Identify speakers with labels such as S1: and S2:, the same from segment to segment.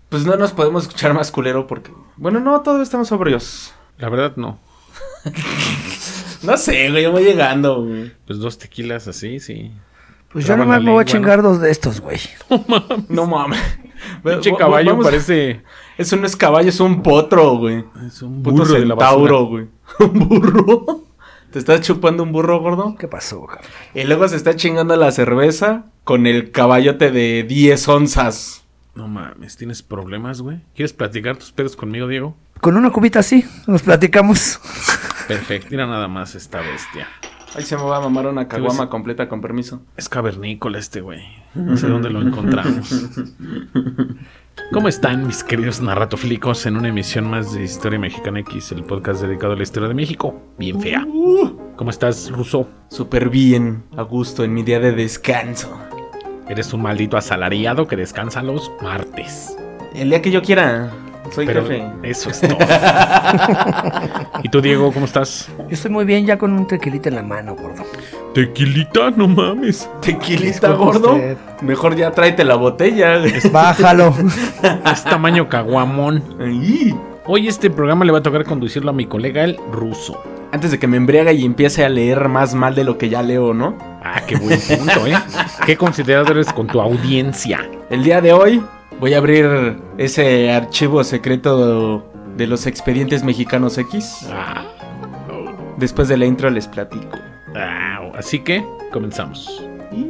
S1: Pues no nos podemos escuchar más culero porque... Bueno, no, todos estamos sobrios.
S2: La verdad, no.
S1: No sé, güey, yo voy llegando, güey.
S2: Pues 2 tequilas así, sí.
S3: Pues yo nomás me voy a chingar 2 de estos, güey.
S1: No mames.
S2: Pinche caballo parece...
S1: Eso no es caballo, es un potro, güey.
S2: Es un burro de la
S1: centauro, güey. ¿Un burro? ¿Te estás chupando un burro, gordo?
S3: ¿Qué pasó, cabrón?
S1: Y luego se está chingando la cerveza con el caballote de 10 onzas.
S2: No mames, ¿tienes problemas, güey? ¿Quieres platicar tus pedos conmigo, Diego?
S3: Con una cubita así, nos platicamos.
S2: Perfecto, mira nada más esta bestia.
S1: Ahí se me va a mamar una caguama completa, con permiso.
S2: Es cavernícola este güey. No sé dónde lo encontramos. ¿Cómo están, mis queridos narratofílicos? En una emisión más de Historia Mexicana X, el podcast dedicado a la historia de México. Bien fea. ¿Cómo estás, Ruso?
S1: Súper bien, a gusto, en mi día de descanso.
S2: Eres un maldito asalariado que descansa los martes.
S1: El día que yo quiera. Soy jefe.
S2: Eso es todo. ¿Y tú, Diego, cómo estás?
S3: Yo estoy muy bien, ya con un tequilita en la mano, gordo.
S2: ¿Tequilita? No mames.
S1: ¿Tequilita, gordo?
S3: Usted.
S1: Mejor ya tráete la botella.
S3: Bájalo.
S2: Es tamaño caguamón.
S1: Ay.
S2: Hoy este programa le va a tocar conducirlo a mi colega, el Ruso.
S1: Antes de que me embriague y empiece a leer más mal de lo que ya leo, ¿no?
S2: Ah, qué buen punto, ¿eh? Qué considerado eres con tu audiencia.
S1: El día de hoy voy a abrir ese archivo secreto de los expedientes mexicanos X. Después de la intro les platico.
S2: Así que, comenzamos.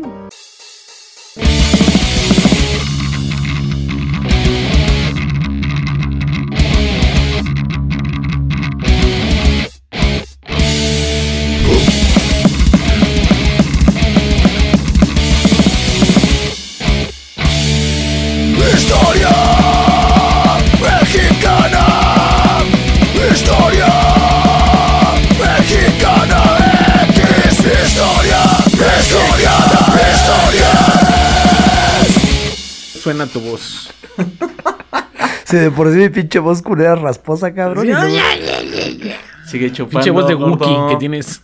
S4: Historia mexicana, historia mexicana X, historia
S2: Suena tu voz.
S3: Si de por sí mi pinche voz culera rasposa, cabrón.
S1: Sí,
S3: y luego...
S1: Sigue chupando.
S2: Pinche voz de
S1: gordo.
S2: Wookiee que tienes.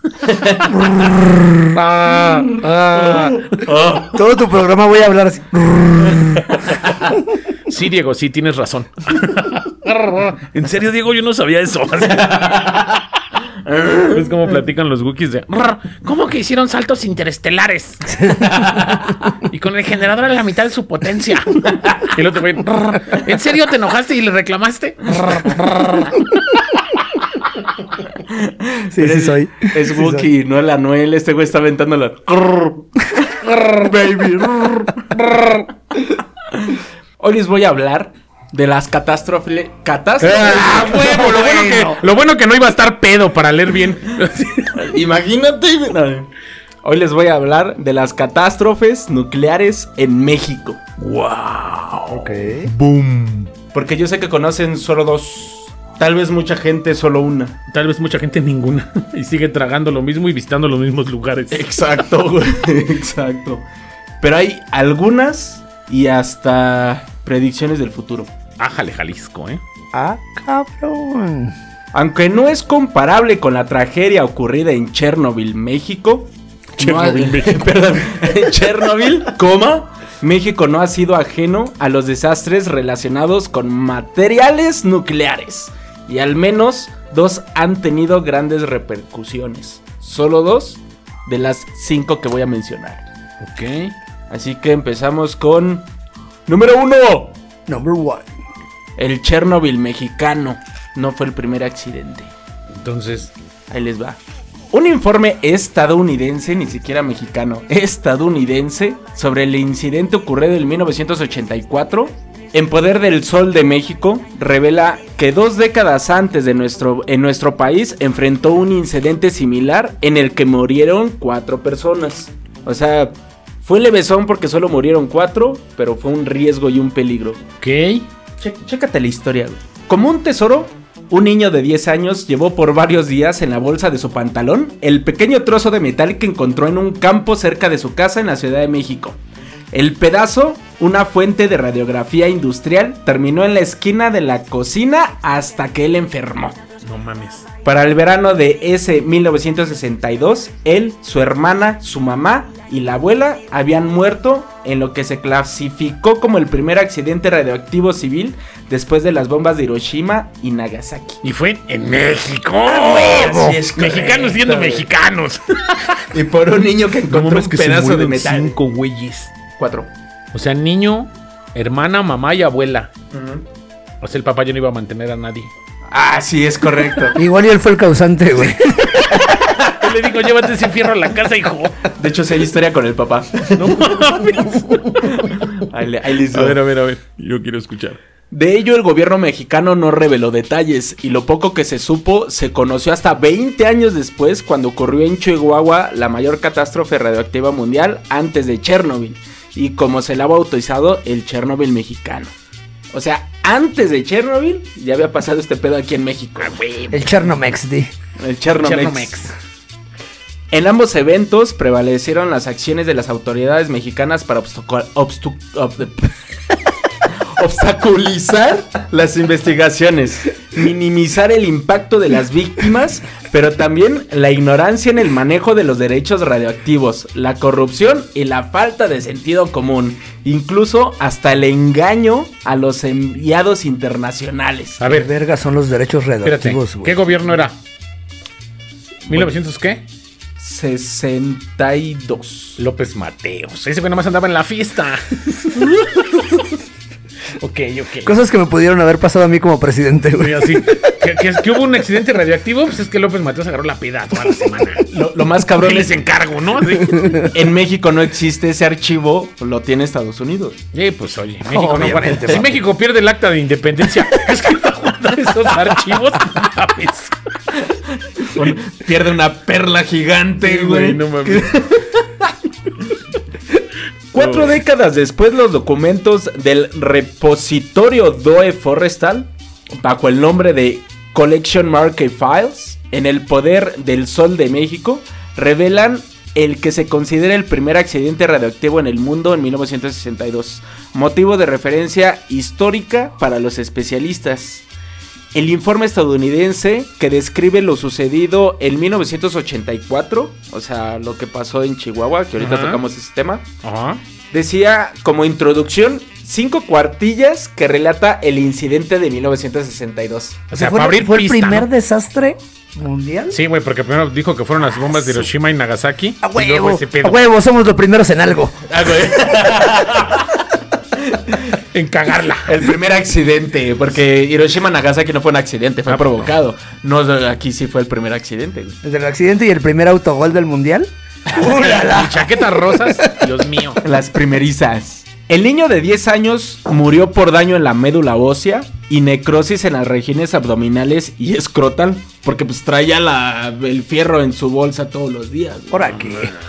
S3: Todo tu programa voy a hablar así.
S2: Sí, Diego, sí, tienes razón. En serio, Diego, yo no sabía eso. Es como platican los Wookiees de... ¿Cómo que hicieron saltos interestelares? Y con el generador a la mitad de su potencia. Y el otro güey... ¿En serio te enojaste y le reclamaste?
S3: Sí, sí soy.
S1: Es
S3: Sí
S1: Wookiee,
S3: soy.
S1: no el Anuel. Este güey está aventando la... Baby. Hoy les voy a hablar de las catástrofes.
S2: Bueno, lo bueno que no iba a estar pedo para leer bien.
S1: Imagínate. Hoy les voy a hablar de las catástrofes nucleares en México.
S2: ¡Wow!
S3: Ok.
S2: ¡Boom!
S1: Porque yo sé que conocen solo 2. Tal vez mucha gente solo una.
S2: Tal vez mucha gente ninguna. Y sigue tragando lo mismo y visitando los mismos lugares.
S1: Exacto, güey. Exacto. Pero hay algunas y hasta predicciones del futuro.
S2: Ájale, Jalisco, ¿eh?
S3: Ah, cabrón.
S1: Aunque no es comparable con la tragedia ocurrida en Chernobyl, México. Perdón, en Chernobyl, México no ha sido ajeno a los desastres relacionados con materiales nucleares. Y al menos 2 han tenido grandes repercusiones. Solo 2 de las 5 que voy a mencionar.
S2: Ok.
S1: Así que empezamos con... Número 1.
S3: Number 1.
S1: El Chernobyl mexicano. No fue el primer accidente.
S2: Entonces...
S1: Ahí les va. Un informe estadounidense, ni siquiera mexicano, estadounidense, sobre el incidente ocurrido en 1984 en Poder del Sol de México, revela que 2 décadas antes en nuestro país enfrentó un incidente similar en el que murieron 4 personas. O sea, fue levesón porque solo murieron 4, pero fue un riesgo y un peligro.
S2: Ok.
S1: Chécate la historia, güey. Como un tesoro, un niño de 10 años llevó por varios días en la bolsa de su pantalón el pequeño trozo de metal que encontró en un campo cerca de su casa en la Ciudad de México. El pedazo, una fuente de radiografía industrial, terminó en la esquina de la cocina hasta que él enfermó.
S2: No mames.
S1: Para el verano de ese 1962, él, su hermana, su mamá y la abuela habían muerto en lo que se clasificó como el primer accidente radioactivo civil después de las bombas de Hiroshima y Nagasaki.
S2: Y fue en México.
S1: Así es
S2: Mexicanos
S1: correcto,
S2: siendo
S1: güey.
S2: mexicanos.
S1: Y por un niño que encontró un pedazo de metal.
S2: 5 güeyes.
S1: 4.
S2: O sea, niño, hermana, mamá y abuela. O sea, el papá ya no iba a mantener a nadie.
S1: Ah, sí, es correcto.
S3: Igual y él fue el causante, güey.
S2: Yo le digo, llévate ese fierro a la casa, hijo.
S1: De hecho, sí hay historia con el papá.
S2: No mames.
S1: Ahí les
S2: A
S1: doy.
S2: ver. Yo quiero escuchar.
S1: De ello, el gobierno mexicano no reveló detalles y lo poco que se supo se conoció hasta 20 años después, cuando ocurrió en Chihuahua la mayor catástrofe radioactiva mundial antes de Chernobyl, y como se le ha bautizado el Chernobyl mexicano. O sea, antes de Chernobyl ya había pasado este pedo aquí en México.
S3: El Chernomex, di.
S1: El Chernomex. En ambos eventos prevalecieron las acciones de las autoridades mexicanas para obstaculizar las investigaciones, minimizar el impacto de las víctimas, pero también la ignorancia en el manejo de los derechos radioactivos, la corrupción y la falta de sentido común, incluso hasta el engaño a los enviados internacionales.
S2: A
S3: ¿Qué
S2: ver,
S3: verga son los derechos
S2: espérate.
S3: radioactivos, güey?
S2: ¿Qué gobierno era? ¿1900 qué?
S1: 62.
S2: López Mateos. Ese güey nomás andaba en la fiesta. Ok.
S3: Cosas que me pudieron haber pasado a mí como presidente, güey.
S2: Oye, así. ¿Que hubo un accidente radioactivo? Pues es que López Mateos agarró la peda toda la semana.
S1: Lo más cabrón
S2: ¿Qué
S1: es
S2: les encargo, no? Sí.
S1: en México no existe ese archivo, lo tiene Estados Unidos.
S2: Pues oye, México no
S3: Obviamente,
S2: guarda. Si
S3: papi.
S2: México pierde el acta de independencia, es que va a guardar esos archivos. Mames.
S1: Pierde una perla gigante,
S2: Sí,
S1: güey.
S2: no mames.
S1: 4 décadas después, los documentos del repositorio DOE Forestal, bajo el nombre de Collection Market Files, en el poder del Sol de México, revelan el que se considera el primer accidente radioactivo en el mundo en 1962, motivo de referencia histórica para los especialistas. El informe estadounidense que describe lo sucedido en 1984, o sea, lo que pasó en Chihuahua, que ahorita
S2: Ajá.
S1: tocamos ese tema,
S2: Ajá.
S1: decía como introducción 5 cuartillas que relata el incidente de 1962.
S2: O sea,
S3: ¿Fue,
S2: para abrir
S3: fue el
S2: pista,
S3: primer
S2: ¿no?
S3: desastre mundial?
S2: Sí, güey, porque primero dijo que fueron las bombas de Hiroshima y Nagasaki.
S3: A
S2: y luego
S3: huevo,
S2: ese pedo.
S3: a huevo, somos los primeros en algo.
S2: En cagarla.
S1: El primer accidente, porque Hiroshima Nagasaki no fue un accidente, fue
S2: pues
S1: provocado. No, aquí sí fue el primer accidente, güey.
S3: El del accidente y el primer autogol del mundial.
S2: Y chaquetas rosas, Dios mío.
S1: Las primerizas. El niño de 10 años murió por daño en la médula ósea y necrosis en las regiones abdominales y escrotal, porque pues traía el fierro en su bolsa todos los días.
S3: ¿Por aquí?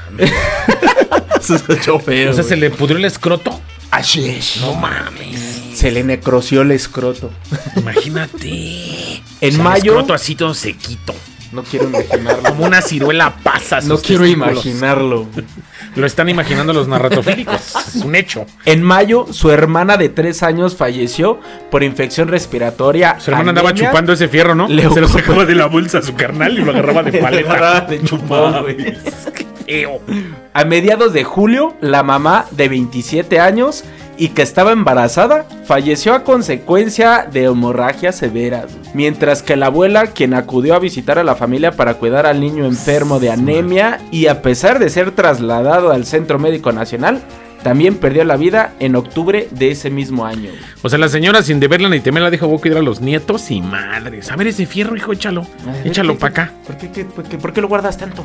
S1: Eso es feo,
S2: O sea,
S1: güey.
S2: se le pudrió el escroto.
S1: Así es.
S2: No mames.
S1: Se le necroció el escroto.
S2: Imagínate.
S1: En
S2: O sea,
S1: mayo-
S2: El escroto así todo sequito.
S1: No quiero imaginarlo.
S2: Como una ciruela pasa.
S1: No
S2: sus
S1: quiero
S2: testículos.
S1: imaginarlo.
S2: Lo están imaginando los narratofílicos. Es un hecho.
S1: En mayo, su hermana de 3 años falleció por infección respiratoria.
S2: Su hermana andaba
S1: anemia.
S2: chupando ese fierro, ¿no?
S1: Le
S2: Se lo
S1: ocurrió-
S2: sacaba de la bolsa a su carnal y lo agarraba de
S1: Le
S2: paleta.
S1: agarraba de chupón, güey.
S2: Qué feo.
S1: A mediados de julio, la mamá de 27 años y que estaba embarazada falleció a consecuencia de hemorragias severas, mientras que la abuela, quien acudió a visitar a la familia para cuidar al niño enfermo de anemia y a pesar de ser trasladado al Centro Médico Nacional, también perdió la vida en octubre de ese mismo año.
S2: O sea, la señora sin deberla ni temerla dijo: voy a cuidar a los nietos y madres. A ver ese fierro, hijo, échalo. Échalo para acá.
S1: ¿Por qué lo guardas tanto?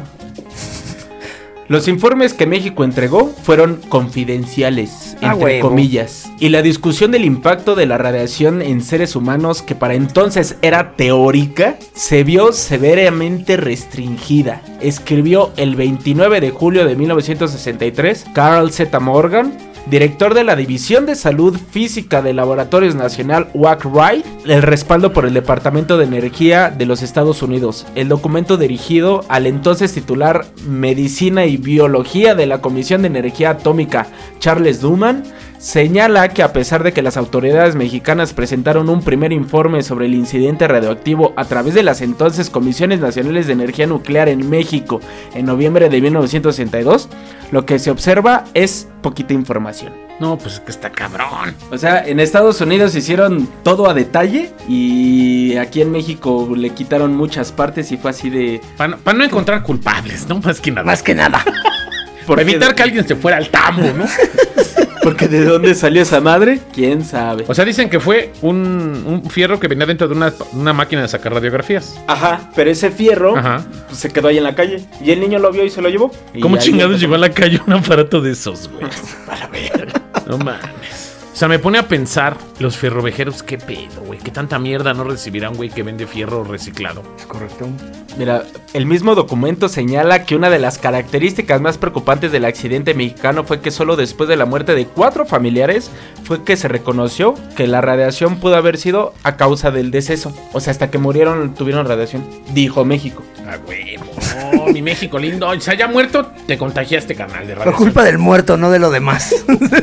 S1: Los informes que México entregó fueron confidenciales,
S3: Ah,
S1: entre
S3: huevo.
S1: comillas, y la discusión del impacto de la radiación en seres humanos, que para entonces era teórica, se vio severamente restringida. Escribió el 29 de julio de 1963 Carl Z. Morgan, director de la División de Salud Física del Laboratorios Nacional Wainwright, el respaldo por el Departamento de Energía de los Estados Unidos. El documento dirigido al entonces titular Medicina y Biología de la Comisión de Energía Atómica, Charles Duhmann, señala que a pesar de que las autoridades mexicanas presentaron un primer informe sobre el incidente radioactivo a través de las entonces Comisiones Nacionales de Energía Nuclear en México en noviembre de 1962, lo que se observa es poquita información.
S2: No, pues es que está cabrón.
S1: O sea, en Estados Unidos hicieron todo a detalle y aquí en México le quitaron muchas partes y fue así de...
S2: Para no encontrar culpables, ¿no? Más que nada.
S3: Más que nada.
S2: Por evitar que alguien se fuera al tambo, ¿no?
S1: Porque ¿de dónde salió esa madre? ¿Quién sabe?
S2: O sea, dicen que fue un fierro que venía dentro de una máquina de sacar radiografías.
S1: Ajá, pero ese fierro
S2: Ajá.
S1: pues, se quedó ahí en la calle. Y el niño lo vio y se lo llevó. Y
S2: ¿Cómo
S1: ahí
S2: chingados
S1: empezó.
S2: llegó a la calle un aparato de esos, güey?
S1: Para ver.
S2: No mames. O sea, me pone a pensar, los fierrovejeros, qué pedo, güey. Qué tanta mierda no recibirán, güey, que vende fierro reciclado.
S3: Correcto.
S1: Mira, el mismo documento señala que una de las características más preocupantes del accidente mexicano fue que solo después de la muerte de 4 familiares fue que se reconoció que la radiación pudo haber sido a causa del deceso. O sea, hasta que murieron tuvieron radiación, dijo México.
S2: Ah, huevo. Oh, mi México lindo. O sea, ya muerto, te contagiaste, carnal, de
S3: Por
S2: radiación.
S3: culpa del muerto, no de lo demás.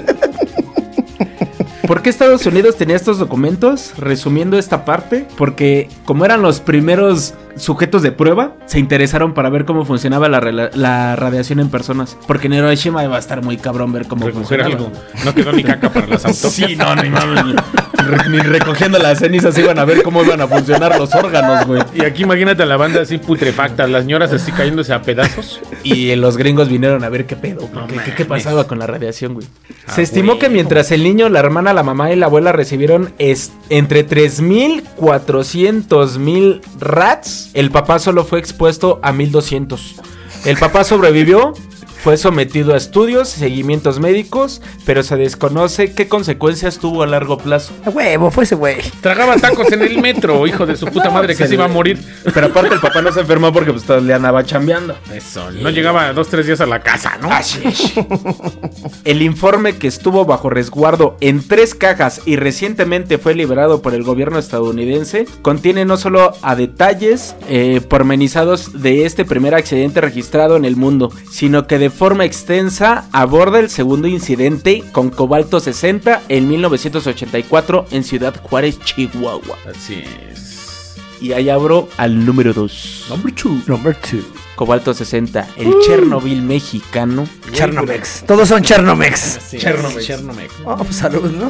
S1: ¿Por qué Estados Unidos tenía estos documentos? Resumiendo esta parte, porque como eran los primeros sujetos de prueba, se interesaron para ver cómo funcionaba la radiación en personas. Porque en Hiroshima iba a estar muy cabrón ver cómo
S2: Recoger
S1: funcionaba.
S2: algo. No quedó ni caca para las autopsias.
S1: Sí, no, ni recogiendo las cenizas iban a ver cómo iban a funcionar los órganos, güey.
S2: Y aquí imagínate a la banda así putrefacta, las señoras así cayéndose a pedazos.
S1: Y los gringos vinieron a ver qué pedo, güey.
S2: No
S1: ¿Qué
S2: mames.
S1: pasaba con la radiación, güey?
S2: Ah,
S1: Se estimó
S2: güey.
S1: que mientras el niño, la hermana, la mamá y la abuela recibieron entre 3,000 y 400,000 rats, el papá solo fue expuesto a 1,200. El papá sobrevivió, fue sometido a estudios y seguimientos médicos, pero se desconoce qué consecuencias tuvo a largo plazo.
S3: A huevo, fue ese güey.
S2: Tragaba tacos en el metro, hijo de su puta madre, que se iba a morir.
S1: Pero aparte el papá no se enfermó porque pues le andaba chambeando.
S2: Eso, no llegaba 2-3 días a la casa, ¿no?
S1: Así es. El informe, que estuvo bajo resguardo en 3 cajas y recientemente fue liberado por el gobierno estadounidense, contiene no solo a detalles pormenizados de este primer accidente registrado en el mundo, sino que de forma extensa aborda el segundo incidente con cobalto 60 en 1984 en Ciudad Juárez, Chihuahua.
S2: Así es.
S1: Y ahí abro al número 2.
S2: Number 2.
S3: Number 2.
S1: Cobalto 60, el Chernobyl mexicano.
S3: Chernomex. Todos son Chernomex.
S2: Chernomex.
S3: Oh, pues salud, ¿no?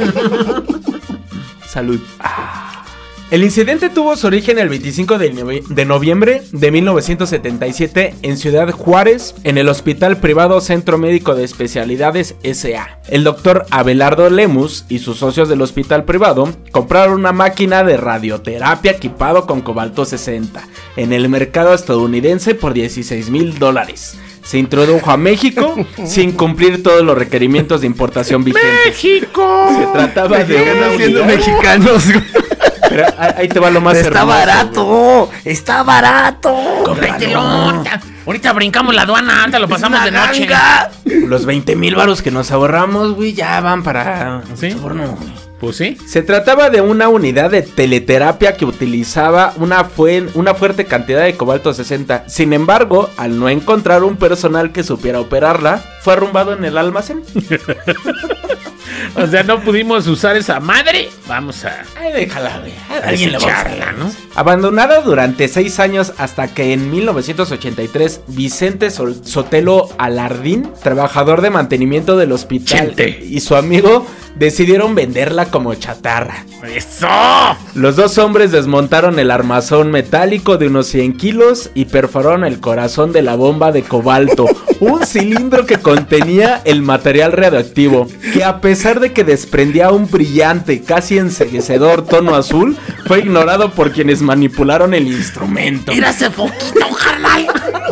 S1: Salud. El incidente tuvo su origen el 25 de noviembre de 1977 en Ciudad Juárez, en el Hospital Privado Centro Médico de Especialidades S.A. El doctor Abelardo Lemus y sus socios del hospital privado compraron una máquina de radioterapia equipado con cobalto 60 en el mercado estadounidense por $16,000. Se introdujo a México sin cumplir todos los requerimientos de importación vigentes.
S2: ¡México!
S1: Se trataba de una
S3: Siendo
S1: unidad.
S3: mexicanos.
S1: Pero ahí te va lo más
S3: Está
S1: hermoso,
S3: barato. Está barato.
S2: ¡Cómpratelo! Ahorita brincamos la aduana, ahorita lo pasamos de noche.
S1: güey. Los 20,000 varos que nos ahorramos, güey, ya van para...
S2: ¿Sí?
S1: soborno, güey.
S2: Pues sí.
S1: Se trataba de una unidad de teleterapia que utilizaba una fuerte cantidad de cobalto 60. Sin embargo, al no encontrar un personal que supiera operarla, fue arrumbado en el almacén.
S2: O sea, no pudimos usar esa madre. Vamos a...
S1: Ay, déjala, güey.
S2: Alguien le va a usar, ¿no?
S1: Abandonada durante 6 años hasta que en 1983 Vicente Sotelo Alardín, trabajador de mantenimiento del hospital,
S2: Chente.
S1: y su amigo decidieron venderla como chatarra.
S2: ¡Eso!
S1: Los dos hombres desmontaron el armazón metálico de unos 100 kilos y perforaron el corazón de la bomba de cobalto, un cilindro que contenía el material radioactivo, que a pesar de que desprendía un brillante, casi enceguecedor tono azul, fue ignorado por quienes manipularon el instrumento.
S2: ¡Mira ese foquito, carnal!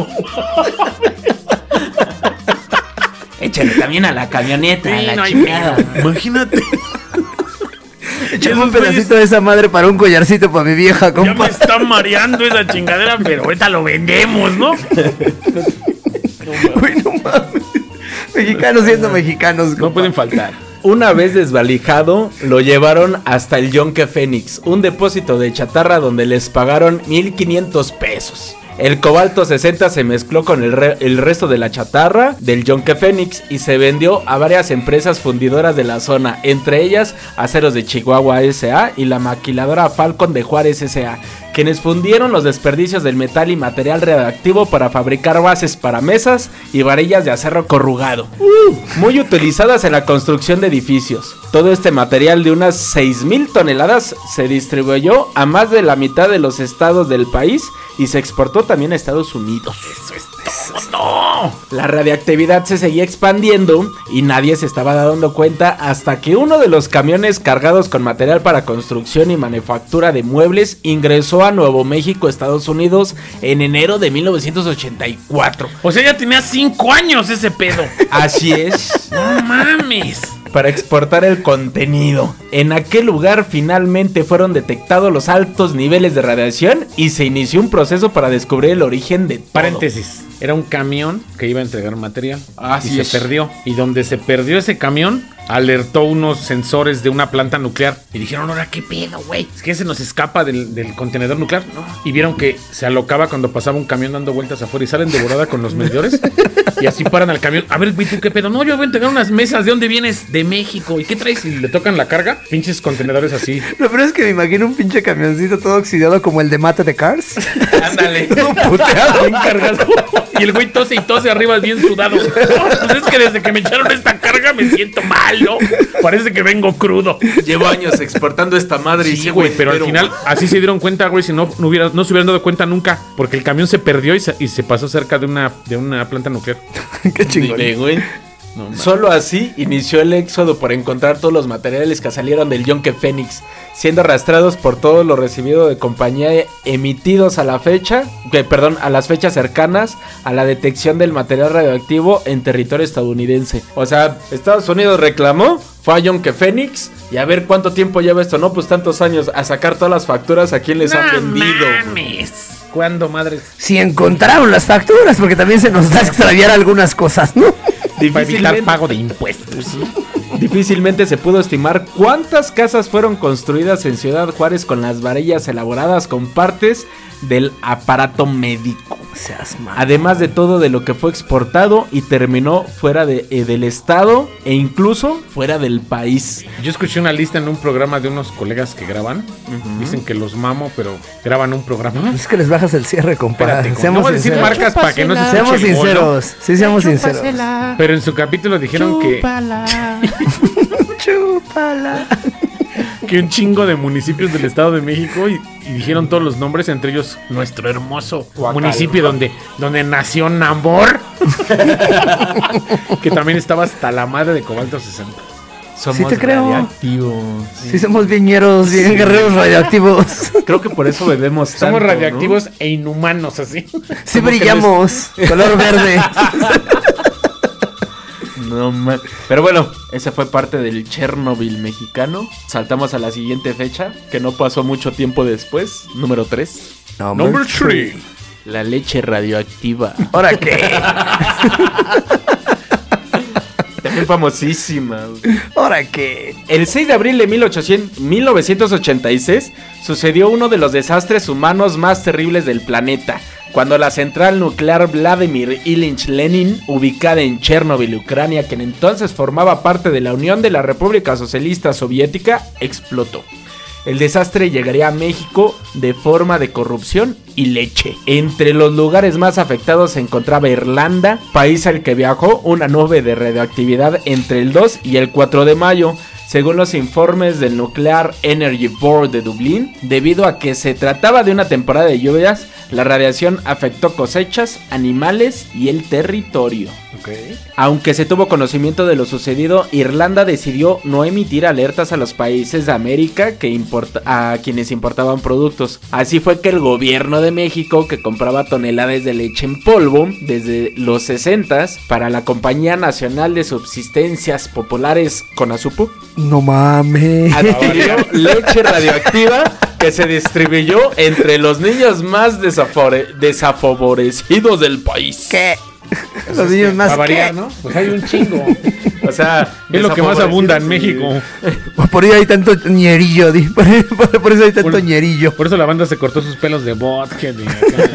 S1: Échale también a la camioneta,
S2: Sí,
S1: a la
S2: no hay
S1: chingada.
S2: Imagínate.
S3: Echame un pedacito de esa madre para un collarcito para mi vieja,
S2: Ya me
S3: compa.
S2: está mareando esa chingadera, pero ahorita lo vendemos, ¿no?
S3: Güey, no mames. Mexicanos siendo mexicanos,
S2: No
S3: compa.
S2: pueden faltar.
S1: Una vez desvalijado, lo llevaron hasta el Yonke Fénix, un depósito de chatarra donde les pagaron 1,500 pesos. El cobalto 60 se mezcló con el resto de la chatarra del Yonke Fénix y se vendió a varias empresas fundidoras de la zona, entre ellas Aceros de Chihuahua S.A. y la maquiladora Falcon de Juárez S.A., quienes fundieron los desperdicios del metal y material radioactivo para fabricar bases para mesas y varillas de acero corrugado, muy utilizadas en la construcción de edificios. Todo este material de unas 6,000 toneladas se distribuyó a más de la mitad de los estados del país y se exportó también a Estados Unidos. Eso es todo. La radiactividad se seguía expandiendo y nadie se estaba dando cuenta hasta que uno de los camiones cargados con material para construcción y manufactura de muebles ingresó a Nuevo México, Estados Unidos, en enero de 1984.
S2: O sea, ya tenía 5 años ese pedo.
S1: Así es.
S2: No mames.
S1: Para exportar el contenido. En aquel lugar finalmente fueron detectados los altos niveles de radiación y se inició un proceso para descubrir el origen de todo.
S2: Paréntesis. Era un camión que iba a entregar material.
S1: Así
S2: y
S1: es.
S2: se perdió. Y donde se perdió ese camión, alertó unos sensores de una planta nuclear. Y dijeron, ahora, ¿qué pedo, güey? Es que se nos escapa del contenedor nuclear. No. Y vieron que se alocaba cuando pasaba un camión dando vueltas afuera y salen de volada con los medidores. Y así paran al camión. A ver, ¿tú qué pedo? No, yo voy a entregar unas mesas. ¿De dónde vienes? De México. ¿Y qué traes? Y le tocan la carga. Pinches contenedores así.
S3: Lo peor es que me imagino un pinche camioncito todo oxidado como el de Mate de Cars.
S2: Ándale.
S3: Todo puteado.
S2: Bien cargado. Y el güey tose y tose arriba bien sudado. Pues es que desde que me echaron esta carga me siento mal, ¿no? Parece que vengo crudo.
S1: Llevo años exportando esta madre y
S2: Sí, güey, pero al final así se dieron cuenta, güey. Si no se hubieran dado cuenta nunca. Porque el camión se perdió y se pasó cerca de una planta nuclear.
S3: Qué chingón.
S1: Dime, güey.
S2: No,
S1: Solo así inició el éxodo por encontrar todos los materiales que salieron del Yonke Fénix, siendo arrastrados por todo lo recibido de compañía emitidos a la fecha, a las fechas cercanas a la detección del material radioactivo en territorio estadounidense. O sea, Estados Unidos reclamó, fue a Yonke Fénix y a ver cuánto tiempo lleva esto, no, pues tantos años, a sacar todas las facturas a quien les han vendido.
S2: Mames. ¿Cuándo, madres?
S3: Si encontraron las facturas, porque también se nos da a extraviar algunas cosas, ¿no?
S2: Para evitar pago de impuestos.
S1: Difícilmente se pudo estimar cuántas casas fueron construidas en Ciudad Juárez con las varillas elaboradas con partes del aparato médico.
S3: Seas mal.
S1: Además de todo de lo que fue exportado y terminó fuera del estado e incluso fuera del país.
S2: Yo escuché una lista en un programa de unos colegas que graban. Dicen que los mamo, pero graban un programa.
S3: Es que les bajas el cierre, compadre.
S2: Espérate, no voy a decir marcas para que no se escuche
S3: Seamos
S2: el bolo.
S3: sinceros. Sí, seamos sinceros.
S2: Pero en su capítulo dijeron
S3: Chúpala.
S2: que un chingo de municipios del Estado de México y dijeron todos los nombres, entre ellos nuestro hermoso municipio donde nació Namor, que también estaba hasta la madre de cobalto 60.
S1: Somos
S3: Sí te creo.
S1: radiactivos.
S3: Sí, somos bien ñeros, bien guerreros radioactivos.
S1: Creo que por eso bebemos tanto,
S2: Somos
S1: ¿no?
S2: radioactivos e inhumanos, así.
S3: Sí brillamos. Color verde.
S1: No, man. Pero bueno, esa fue parte del Chernobyl mexicano. Saltamos a la siguiente fecha, que no pasó mucho tiempo después. Número 3.
S2: Number 3.
S1: La leche radioactiva.
S3: ¿Ahora qué?
S1: También famosísima.
S3: ¿Ahora qué?
S1: El 6 de abril de 1986 sucedió uno de los desastres humanos más terribles del planeta, cuando la central nuclear Vladimir Ilich Lenin, ubicada en Chernobyl, Ucrania, que entonces formaba parte de la Unión de la República Socialista Soviética, explotó. El desastre llegaría a México de forma de corrupción y leche. Entre los lugares más afectados se encontraba Irlanda, país al que viajó una nube de radioactividad entre el 2 y el 4 de mayo. Según los informes del Nuclear Energy Board de Dublín, debido a que se trataba de una temporada de lluvias, la radiación afectó cosechas, animales y el territorio.
S2: Okay.
S1: Aunque se tuvo conocimiento de lo sucedido, Irlanda decidió no emitir alertas a los países de América a quienes importaban productos. Así fue que el gobierno de México, que compraba toneladas de leche en polvo desde los 60s para la Compañía Nacional de Subsistencias Populares Conasupo,
S3: No mames.
S1: adquirió leche radioactiva que se distribuyó entre los niños más desafavorecidos del país.
S3: ¿Qué? Los niños más
S2: Para variar,
S3: ¿qué?
S2: ¿no? Pues hay un chingo.
S1: O sea,
S2: Es lo que más abunda en México.
S3: Por eso hay tanto ñerillo. Por eso hay tanto ñerillo.
S2: Por eso la banda se cortó sus pelos de vodka. De acá.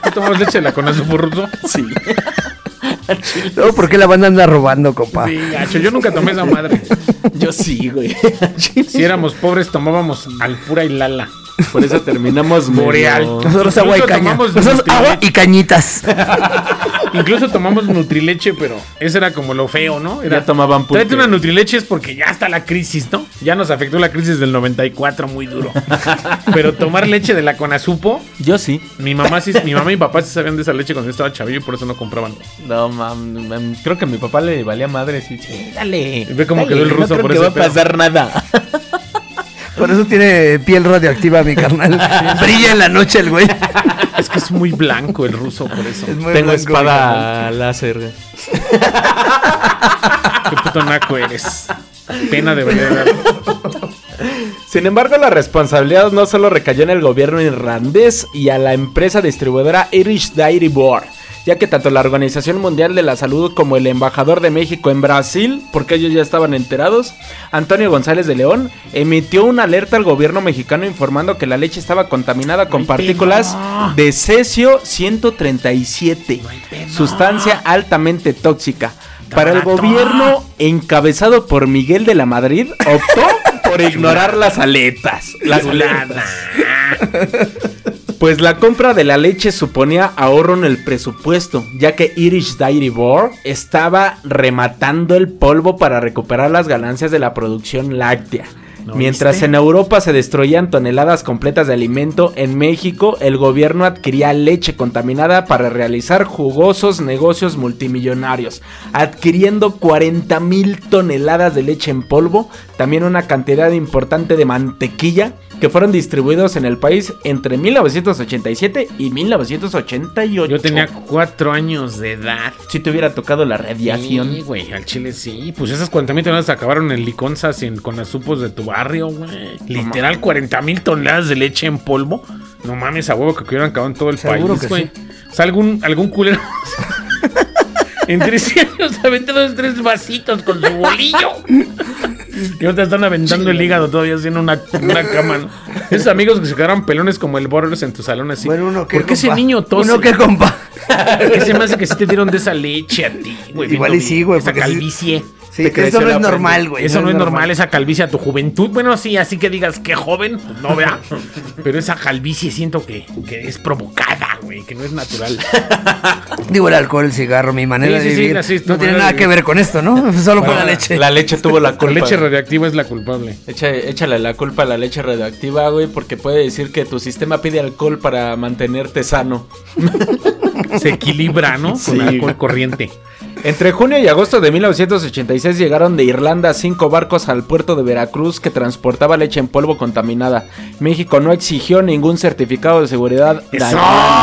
S2: ¿Tú tomabas leche de la Conazupo, Ruso?
S1: Sí.
S3: No, ¿por qué la banda anda robando, compa?
S2: Sí, gacho, yo nunca tomé esa madre.
S1: Yo sí, güey.
S2: Si éramos pobres, tomábamos Alpura y Lala.
S1: Por eso terminamos
S2: Boreal.
S1: medio-
S3: Nosotros agua y
S2: Incluso
S3: caña.
S2: tomamos
S3: Nosotros
S2: Nutrileche.
S3: agua y cañitas.
S2: Incluso tomamos Nutrileche, pero ese era como lo feo, ¿no? Era,
S1: Ya tomaban pulque.
S2: tráete una Nutrileche es porque ya está la crisis, ¿no? Ya nos afectó la crisis del 94 muy duro. Pero tomar leche de la Conazupo,
S1: Yo sí.
S2: mi mamá y mi papá sí sabían de esa leche cuando yo estaba chavillo y por eso no compraban.
S1: No, mam, creo que a mi papá le valía madre. Sí, dale.
S2: Ve cómo
S1: Dale,
S2: quedó el ruso
S1: no creo
S2: por
S1: que
S2: ese
S1: va a
S2: pedo.
S1: pasar nada.
S3: Por eso tiene piel radioactiva, mi carnal. Brilla en la noche el güey.
S2: Es que es muy blanco el ruso, por eso.
S3: Es muy
S1: Tengo
S3: blanco,
S1: espada láser. güey.
S2: Qué puto naco eres. Pena de verdad.
S1: Sin embargo, la responsabilidad no solo recayó en el gobierno irlandés y a la empresa distribuidora Irish Dairy Board, ya que tanto la Organización Mundial de la Salud como el embajador de México en Brasil, porque ellos ya estaban enterados, Antonio González de León, emitió una alerta al gobierno mexicano informando que la leche estaba contaminada con partículas de cesio 137, sustancia altamente tóxica. Para el gobierno encabezado por Miguel de la Madrid, optó por ignorar las aletas. Las aletas. Pues la compra de la leche suponía ahorro en el presupuesto, ya que Irish Dairy Board estaba rematando el polvo para recuperar las ganancias de la producción láctea.
S2: ¿No
S1: Mientras
S2: viste?
S1: en Europa se destruían toneladas completas de alimento, en México el gobierno adquiría leche contaminada para realizar jugosos negocios multimillonarios, adquiriendo 40,000 toneladas de leche en polvo, también una cantidad importante de mantequilla, que fueron distribuidos en el país entre 1987 y 1988.
S2: Yo tenía 4 años de edad.
S1: Si te hubiera tocado la radiación.
S2: Sí, güey, al chile sí. Pues esas 40,000 toneladas se acabaron en liconzas y en conazupos de tu barrio, güey. Literal, 40,000 toneladas de leche en polvo. No mames, a huevo que hubieran acabado en todo el
S3: Seguro
S2: país,
S3: que
S2: güey.
S3: sí.
S2: O sea, algún culero. En 3 años aventé 3 vasitos con su bolillo. Y ahorita están aventando el hígado todavía haciendo una cama, ¿no? Esos amigos que se quedaron pelones como el Borges en tu salón así.
S3: Bueno, uno que
S2: ¿Por qué ese
S3: compa?
S2: niño tose?
S3: Uno que compa.
S2: ¿Qué se me hace que sí te dieron de esa leche a ti, güey?
S3: Igual
S2: Viendo
S3: y sí, güey,
S2: Esa
S3: porque sí-
S2: calvicie.
S3: Sí,
S1: Te
S3: que
S1: creció
S3: eso no
S1: la
S3: es
S1: frente.
S3: normal, güey.
S2: Eso no es normal, esa calvicie a tu juventud. Bueno, sí, así que digas que joven, pues no vea. Pero esa calvicie siento que es provocada, güey, que no es natural.
S3: Digo, el alcohol, el cigarro, mi manera
S2: Sí,
S3: de
S2: sí, sí,
S3: vivir.
S2: así es tu
S3: No tiene
S2: manera
S3: nada
S2: de
S3: que
S2: vivir.
S3: ver con esto, ¿no? Solo fue la leche.
S1: La leche tuvo la
S2: Con
S1: culpa.
S2: leche radioactiva es la culpable.
S1: Échale la culpa a la leche radioactiva, güey, porque puede decir que tu sistema pide alcohol para mantenerte sano.
S2: Se equilibra, ¿no?
S1: Sí.
S2: Con alcohol corriente.
S1: Entre junio y agosto de 1986 llegaron de Irlanda 5 barcos al puerto de Veracruz que transportaba leche en polvo contaminada. México no exigió ningún certificado de seguridad.
S2: ¡Eso!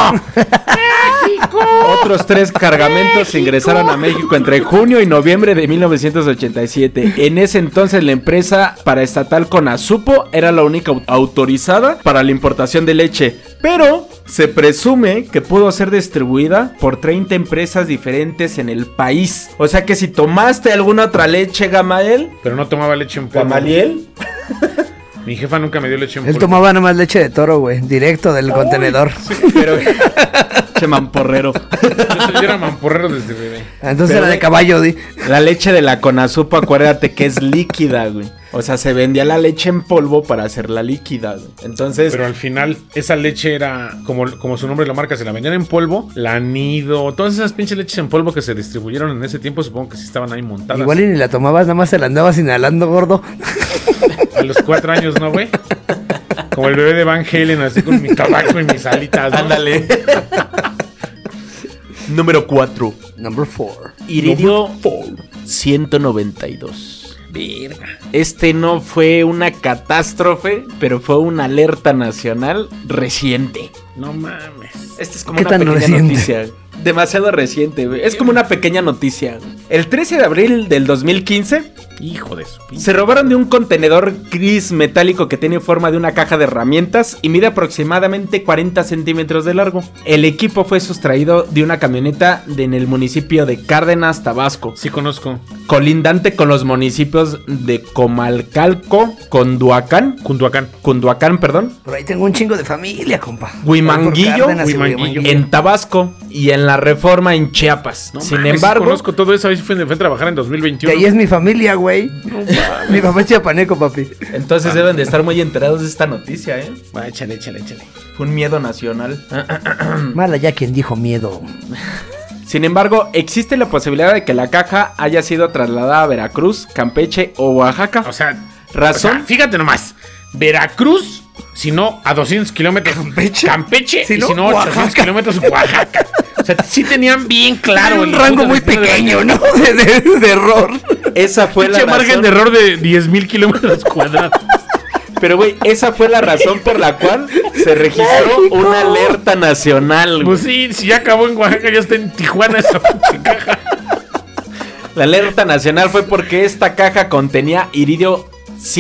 S1: Otros 3 cargamentos ingresaron a México entre junio y noviembre de 1987. En ese entonces la empresa paraestatal Conazupo era la única autorizada para la importación de leche, pero se presume que pudo ser distribuida por 30 empresas diferentes en el país. O sea que si tomaste alguna otra leche, Gamael,
S2: Pero no tomaba leche en polvo.
S1: Gamaliel,
S2: Mi jefa nunca me dio leche en
S3: Él
S2: polvo.
S3: tomaba nomás leche de toro, güey. Directo del contenedor.
S1: pero che mamporrero.
S2: Yo era mamporrero desde bebé.
S3: Entonces
S1: Pero
S3: era de
S1: de-
S3: caballo, di.
S1: La leche de la Conazupo, acuérdate que es líquida, güey. O sea, se vendía la leche en polvo para hacerla líquida, güey. Entonces,
S2: Pero al final, esa leche era, como su nombre lo marca, se la vendían en polvo, la nido, todas esas pinches leches en polvo que se distribuyeron en ese tiempo, supongo que sí estaban ahí montadas.
S3: Igual y ni la tomabas, nada más se la andabas inhalando, gordo.
S2: A los 4 años, ¿no, güey? Como el bebé de Van Halen, así con mi tabaco y mis alitas, ¿no?
S1: ándale. Número 4.
S3: Number 4.
S1: Iridio 192.
S2: Verga.
S1: Este no fue una catástrofe, pero fue una alerta nacional reciente.
S2: No mames.
S1: Esta es como
S3: ¿Qué
S1: una
S3: tan
S1: pequeña
S3: reciente?
S1: noticia. Demasiado reciente, güey. Es como una pequeña noticia. Güey. El 13 de abril del 2015
S2: Hijo de su pinche.
S1: se robaron de un contenedor gris metálico que tiene forma de una caja de herramientas y mide aproximadamente 40 centímetros de largo. El equipo fue sustraído de una camioneta en el municipio de Cárdenas, Tabasco,
S2: Sí conozco.
S1: colindante con los municipios de Comalcalco, Cunduacán, perdón,
S3: Por ahí tengo un chingo de familia, compa.
S1: Huimanguillo,
S3: Por Cárdenas y
S2: Huimanguillo.
S1: en Tabasco y en la Reforma en Chiapas.
S2: No
S1: Sin
S2: mames,
S1: embargo,
S2: conozco todo eso. Ahí fue a trabajar en
S3: Que
S2: 2021.
S3: ahí es mi familia, güey. Mi papá es chiapaneco, papi.
S1: entonces deben de estar muy enterados de esta noticia, ¿eh?
S2: Va, échale.
S1: Fue un miedo nacional.
S3: Mala ya quien dijo miedo.
S1: Sin embargo, existe la posibilidad de que la caja haya sido trasladada a Veracruz, Campeche o Oaxaca.
S2: O sea,
S1: Razón.
S2: fíjate nomás. Veracruz, si no a 200 kilómetros. Campeche.
S3: Si
S2: y
S3: no,
S2: si no 800
S3: Oaxaca.
S2: kilómetros O sea, sí tenían bien claro.
S3: Un
S2: el
S3: rango
S2: puto
S3: muy
S2: destino de la
S3: pequeño,
S2: caja.
S3: ¿no? De error.
S1: Esa fue la
S2: Pinche margen
S1: razón.
S2: de error de 10,000 kilómetros cuadrados.
S1: Pero, güey, esa fue la razón por la cual se registró una alerta nacional, güey.
S2: Pues sí, si ya acabó en Oaxaca, ya está en Tijuana esa pinche caja.
S1: La alerta nacional fue porque esta caja contenía iridio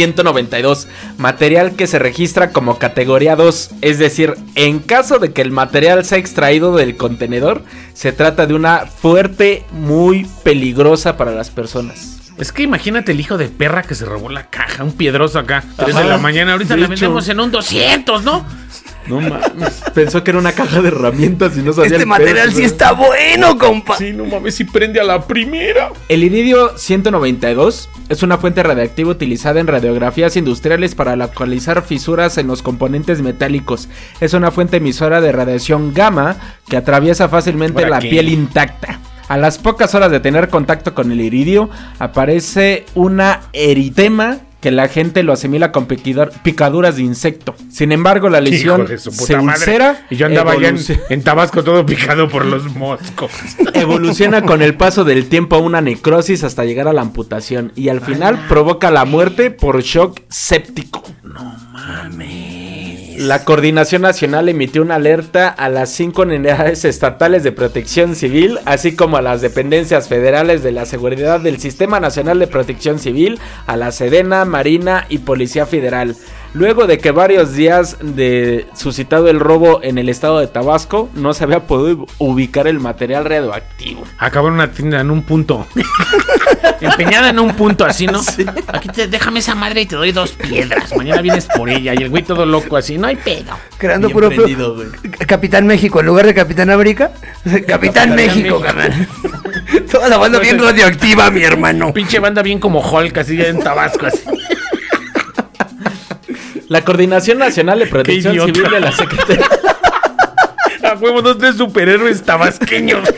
S1: 192, material que se registra como categoría 2, es decir, en caso de que el material sea extraído del contenedor, se trata de una fuerte muy peligrosa para las personas.
S2: Es que imagínate el hijo de perra que se robó la caja, un piedroso acá, 3 de
S1: Ajá,
S2: la mañana, ahorita
S1: de
S2: la
S1: hecho.
S2: vendemos en un 200, ¿no?
S1: No mames. Pensó que era una caja de herramientas y no sabía
S3: Este
S1: el
S3: material
S1: peso,
S3: sí está bueno, compa.
S2: Sí, no mames, si prende a la primera.
S1: El iridio 192 es una fuente radiactiva utilizada en radiografías industriales para localizar fisuras en los componentes metálicos. Es una fuente emisora de radiación gamma que atraviesa fácilmente
S2: ¿Para
S1: la
S2: qué?
S1: piel intacta. A las pocas horas de tener contacto con el iridio, aparece una eritema que la gente lo asimila con picaduras de insecto. Sin embargo, la lesión
S2: Hijo de su puta
S1: se
S2: madre.
S1: ulcera,
S2: Y yo andaba allá
S1: evoluciona-
S2: en Tabasco todo picado por los moscos.
S1: evoluciona con el paso del tiempo a una necrosis hasta llegar a la amputación y al final provoca la muerte por shock séptico. La Coordinación Nacional emitió una alerta a las 5 unidades estatales de protección civil, así como a las dependencias federales de la seguridad del Sistema Nacional de Protección Civil, a la Sedena, Marina y Policía Federal. Luego de que varios días de suscitado el robo en el estado de Tabasco, no se había podido ubicar el material radioactivo.
S2: Acabó en una tienda en un punto. Empeñada en un punto así, ¿no? Aquí déjame esa madre y te doy 2 piedras. Mañana vienes por ella. Y el güey todo loco así, no hay pedo.
S3: Creando
S1: Bien
S3: puro
S1: prendido, güey.
S3: Capitán México en lugar de Capitán América. Capitán México,
S2: México.
S3: carnal. Toda la banda bien radioactiva, mi hermano.
S2: Pinche banda bien como Hulk, así en Tabasco, así.
S1: La Coordinación Nacional de Protección
S2: idiota.
S1: Civil de la Secretaría...
S2: A huevo, 2, 3 superhéroes tabasqueños.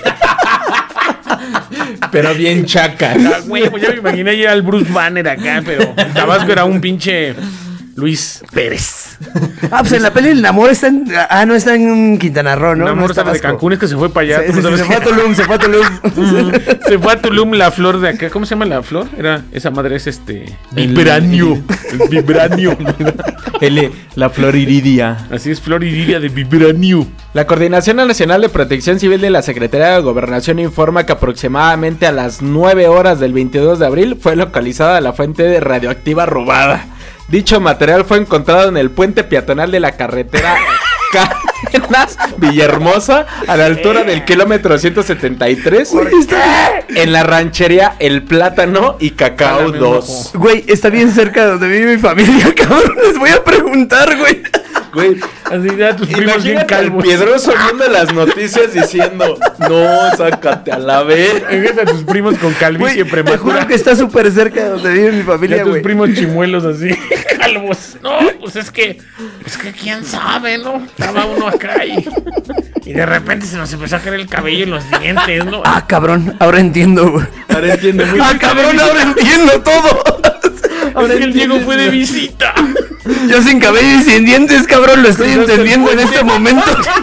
S1: Pero bien chaca.
S2: A huevo, ya me imaginé ir al Bruce Banner acá, pero en Tabasco era un pinche Luis Pérez.
S3: Ah, pues en la peli El Namor está en... Ah, no, está en Quintana Roo, ¿no?
S2: Un amor
S3: No está
S2: de
S3: Tabasco.
S2: Cancún, es que se fue para allá.
S3: Sí,
S2: ¿tú no
S3: sí,
S2: sabes
S3: se fue a
S2: qué?
S3: Tulum, se fue a Tulum.
S2: Se fue a Tulum la flor de acá. ¿Cómo se llama la flor? Era, esa madre es vibranio. El vibranio.
S1: La flor iridia.
S2: Así es, flor iridia de vibranio.
S1: La Coordinación Nacional de Protección Civil de la Secretaría de Gobernación informa que aproximadamente a las 9 horas del 22 de abril fue localizada la fuente radioactiva robada. Dicho material fue encontrado en el puente peatonal de la carretera Cárdenas Villahermosa a la altura del kilómetro 173 en la ranchería El Plátano y Cacao
S2: Jálame un
S1: 2.
S3: Güey, está bien cerca de donde vive mi familia, cabrón. Les voy a preguntar, güey.
S1: Güey,
S2: Así ya tus primos bien
S1: imagínate al
S2: calvos.
S1: Piedroso viendo las noticias diciendo, no, sácate a la vez.
S2: Imagínate a tus primos con
S3: Güey,
S2: calvicie
S3: te
S2: prematura.
S3: juro que está súper cerca de donde vive mi
S2: Ya
S3: familia,
S2: tus
S3: güey.
S2: primos chimuelos así, calvos. No, pues es que quién sabe, ¿no? Estaba uno acá y de repente se nos empezó a caer el cabello en los dientes, ¿no?
S3: Ah, cabrón, ahora entiendo, güey.
S1: Ahora entiende muy
S3: Ah, cabrón, ahora entiendo todo.
S2: Es que el Diego fue de visita.
S3: Yo sin cabello y sin dientes, cabrón, lo estoy
S2: Cruzaste el
S3: entendiendo en
S2: puente.
S3: este momento.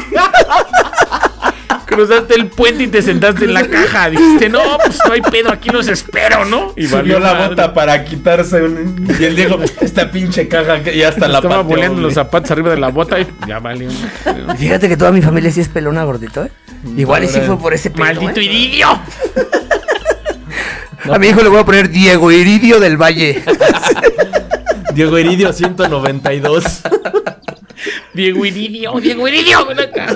S2: Cruzaste el puente y te sentaste en la caja. Dijiste, no, pues no hay pedo, aquí los espero, ¿no? Y
S1: subió
S2: valió
S1: la
S2: madre.
S1: bota para quitarse y él dijo, esta pinche caja que ya hasta la
S2: Estaba
S1: pateó,
S2: boleando los
S1: güey.
S2: zapatos arriba de la bota y ya valió.
S3: Fíjate que toda mi familia sí es pelona, gordito, ¿eh? Igual y sí fue por ese pedo,
S2: ¡Maldito
S3: ¿eh?
S2: iridio!
S3: A mi hijo le voy a poner Diego Iridio del Valle.
S1: Diego Iridio 192.
S2: Diego Iridio. Ven acá.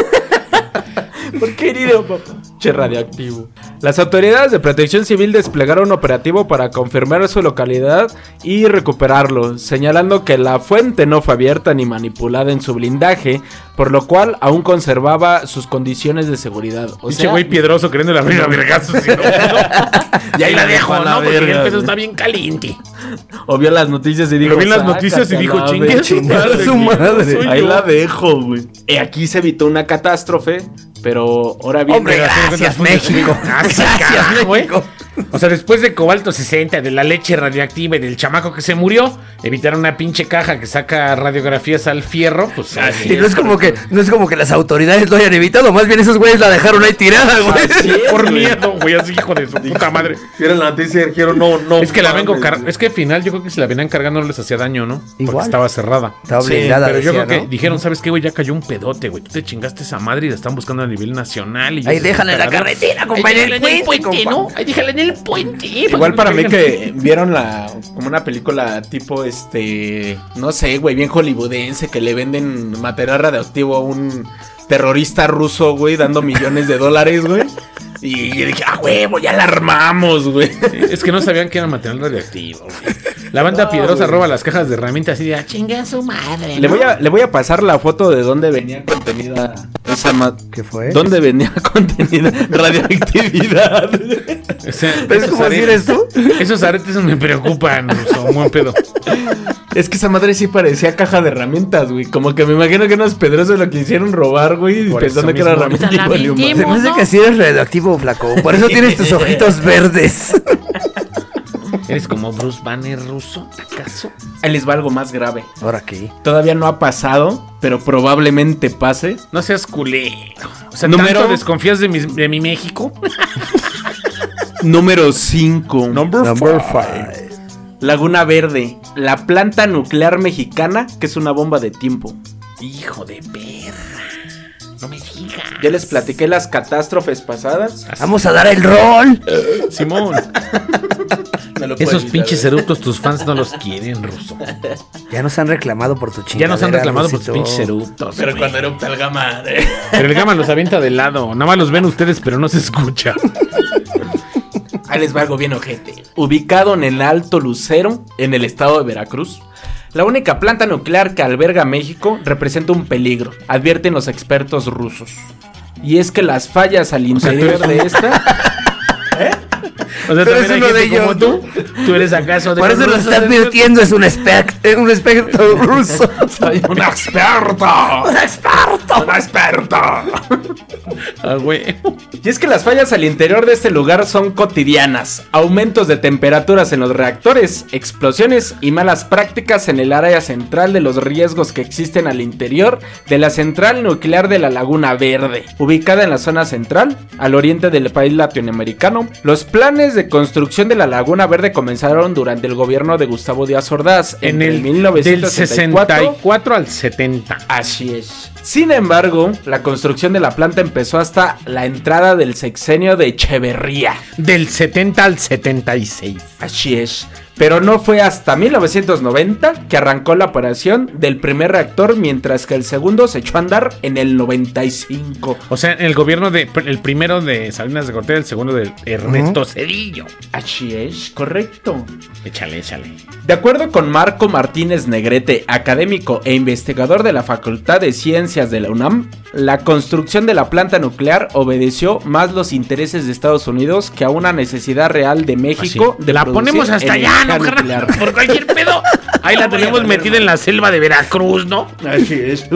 S1: ¿Por qué Iridio, papá? Che, radioactivo. Las autoridades de protección civil desplegaron un operativo para confirmar su localidad y recuperarlo, señalando que la fuente no fue abierta ni manipulada en su blindaje, por lo cual aún conservaba sus condiciones de seguridad. O
S2: Pinche
S1: sea,
S2: güey piedroso queriendo abrir a vergazos. Y, y ahí la dejo, ¿no? Porque el pedo está bien caliente.
S1: O vio las noticias y dijo...
S2: Lo vi en las noticias y dijo, chingue
S3: su madre.
S1: Ahí la dejo, güey. Aquí se evitó una catástrofe, pero ahora bien...
S3: Hombre, gracias México.
S2: Gracias, México. O sea, después de Cobalto 60, de la leche radioactiva y del chamaco que se murió, evitaron una pinche caja que saca radiografías al fierro, pues...
S3: Y no es como que las autoridades lo hayan evitado, más bien esos güeyes la dejaron ahí tirada, güey.
S2: Por miedo, güey, así hijo de su puta madre.
S5: Era la noticia, dijeron, no.
S2: Es que la vengo cargando. Es que al final yo creo que si la venían cargando no les hacía daño, ¿no? Porque
S3: Igual.
S2: estaba cerrada.
S3: Estaba blindada,
S2: pero yo
S3: decía,
S2: creo que
S3: ¿no?
S2: dijeron, ¿sabes qué, güey? Ya cayó un pedote, güey. Tú te chingaste esa madre y la están buscando a nivel nacional. Y
S3: Ahí déjala en la carretera, compa, en el puente,
S2: ¿no? Ahí déjala en el puente.
S1: Igual para mí que vieron como una película tipo no sé, güey, bien hollywoodense, que le venden material radioactivo a un terrorista ruso, güey, dando millones de dólares, güey. Y yo dije, huevo, ya la armamos, güey.
S2: Sí, es que no sabían que era material radioactivo, güey. La banda piedrosa roba las cajas de herramientas así de chinga a su madre, ¿no?
S1: Le voy a pasar la foto de dónde venía contenida esa
S3: ¿Qué fue?
S1: ¿Dónde venía contenida radioactividad?
S2: O sea,
S3: ¿Ves cómo así eres tú?
S2: Esos aretes me preocupan, Ruso, buen pedo.
S1: Es que esa madre sí parecía caja de herramientas, güey. Como que me imagino que unos pedrosos lo quisieron robar, güey,
S2: Por
S1: pensando
S2: eso
S1: que era
S2: mismo.
S1: herramienta.
S2: Ahorita la
S1: y valió
S2: vendimos.
S1: madre.
S3: Se me hace que así eres radioactivo, flaco. Por eso tienes tus ojitos verdes.
S2: ¿Eres como Bruce Banner, Ruso, acaso?
S1: Ahí les va algo más grave.
S3: ¿Ahora qué?
S1: Todavía no ha pasado, pero probablemente pase.
S2: No seas culero. O sea,
S1: Número-
S2: ¿tanto desconfías de mi México?
S1: Número 5.
S3: Number 5.
S1: Laguna Verde, la planta nuclear mexicana, que es una bomba de tiempo.
S2: Hijo de perra. No me digas.
S1: Ya les platiqué las catástrofes pasadas.
S3: Vamos a dar el rol.
S2: Simón.
S1: No lo puedo
S2: Esos
S1: evitar,
S2: pinches
S1: güey.
S2: eructos tus fans no los quieren, Ruso.
S3: Ya nos han reclamado por tu chingadera.
S2: Ya nos han reclamado por tus
S3: Rusito.
S2: pinches eructos.
S1: Pero
S2: güey.
S1: cuando erupta el gama.
S2: Pero el gama los avienta de lado. Nada más los ven ustedes, pero no se escucha.
S1: Ahí les va algo bien ojete. Ubicado en el Alto Lucero, en el estado de Veracruz, la única planta nuclear que alberga México representa un peligro, advierten los expertos rusos. Y es que las fallas al interior de esta...
S2: O sea,
S3: Tú eres
S2: también hay
S3: uno de
S2: gente como
S3: ellos,
S2: tú. ¿Tú eres acaso de
S3: Por
S2: los
S3: eso lo
S2: rusos?
S3: estás advirtiendo, es un experto ruso.
S1: ¡Soy un experto!
S3: ¡Un experto!
S1: ¡Un experto!
S2: Ah, güey.
S1: Y es que las fallas al interior de este lugar son cotidianas. Aumentos de temperaturas en los reactores, explosiones y malas prácticas en el área central de los riesgos que existen al interior de la central nuclear de la Laguna Verde. Ubicada en la zona central, al oriente del país latinoamericano, los planes de construcción de la Laguna Verde comenzaron durante el gobierno de Gustavo Díaz Ordaz
S2: En
S1: entre
S2: el del
S1: 1964
S2: 64 al 70.
S1: Así es. Sin embargo, la construcción de la planta empezó hasta la entrada del sexenio de Echeverría.
S2: Del 70 al 76.
S1: Así es. Pero no fue hasta 1990 que arrancó la operación del primer reactor, mientras que el segundo se echó a andar en el 95.
S2: O sea, el gobierno el primero de Salinas de Gortari, el segundo de Ernesto Zedillo.
S1: Así es, correcto.
S2: Échale.
S1: De acuerdo con Marco Martínez Negrete, académico e investigador de la Facultad de Ciencias de la UNAM, la construcción de la planta nuclear obedeció más los intereses de Estados Unidos que a una necesidad real de México de
S2: la
S1: producir
S2: ponemos hasta allá,
S1: energía
S2: ¿no, carnal?
S1: nuclear.
S2: Por cualquier pedo. Ahí la tenemos metida en la selva de Veracruz, ¿no?
S1: Así es.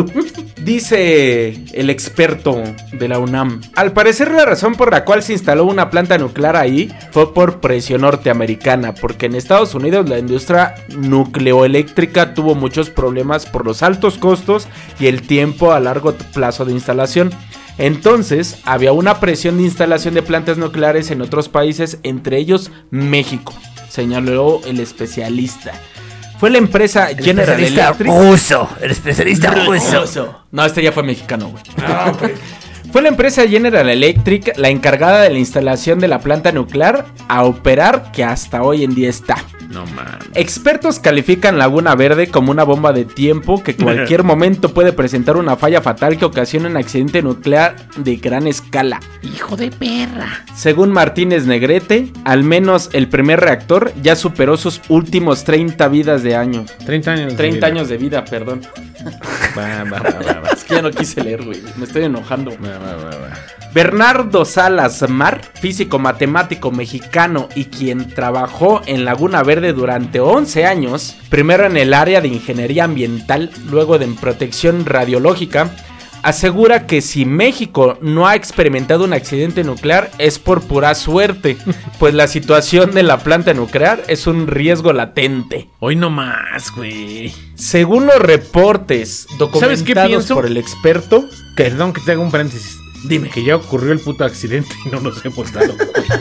S1: Dice el experto de la UNAM. Al parecer la razón por la cual se instaló una planta nuclear ahí fue por presión norteamericana, porque en Estados Unidos la industria nucleoeléctrica tuvo muchos problemas por los altos costos y el tiempo a largo plazo de instalación. Entonces había una presión de instalación de plantas nucleares en otros países, entre ellos México, señaló el especialista. Fue la empresa General Electric.
S3: ruso. El especialista ruso.
S1: No, este ya fue mexicano, güey. Fue la empresa General Electric la encargada de la instalación de la planta nuclear a operar que hasta hoy en día está.
S2: No mames.
S1: Expertos califican Laguna Verde como una bomba de tiempo que cualquier momento puede presentar una falla fatal que ocasione un accidente nuclear de gran escala.
S2: Hijo de perra.
S1: Según Martínez Negrete, al menos el primer reactor ya superó sus últimos 30 vidas de años.
S2: 30 años.
S1: 30 años de vida, perdón.
S2: Va.
S1: Es que ya no quise leer, güey. Me estoy enojando.
S2: Va.
S1: Bernardo Salas Mar, físico matemático mexicano y quien trabajó en Laguna Verde durante 11 años, primero en el área de ingeniería ambiental, luego en protección radiológica, asegura que si México no ha experimentado un accidente nuclear es por pura suerte, pues la situación de la planta nuclear es un riesgo latente.
S2: Hoy no más, güey.
S1: Según los reportes
S2: ¿Sabes qué
S1: documentados
S2: pienso?
S1: por el experto,
S2: Perdón que te haga un paréntesis.
S1: Dime.
S2: Que ya ocurrió el puto accidente y no nos hemos dado cuenta.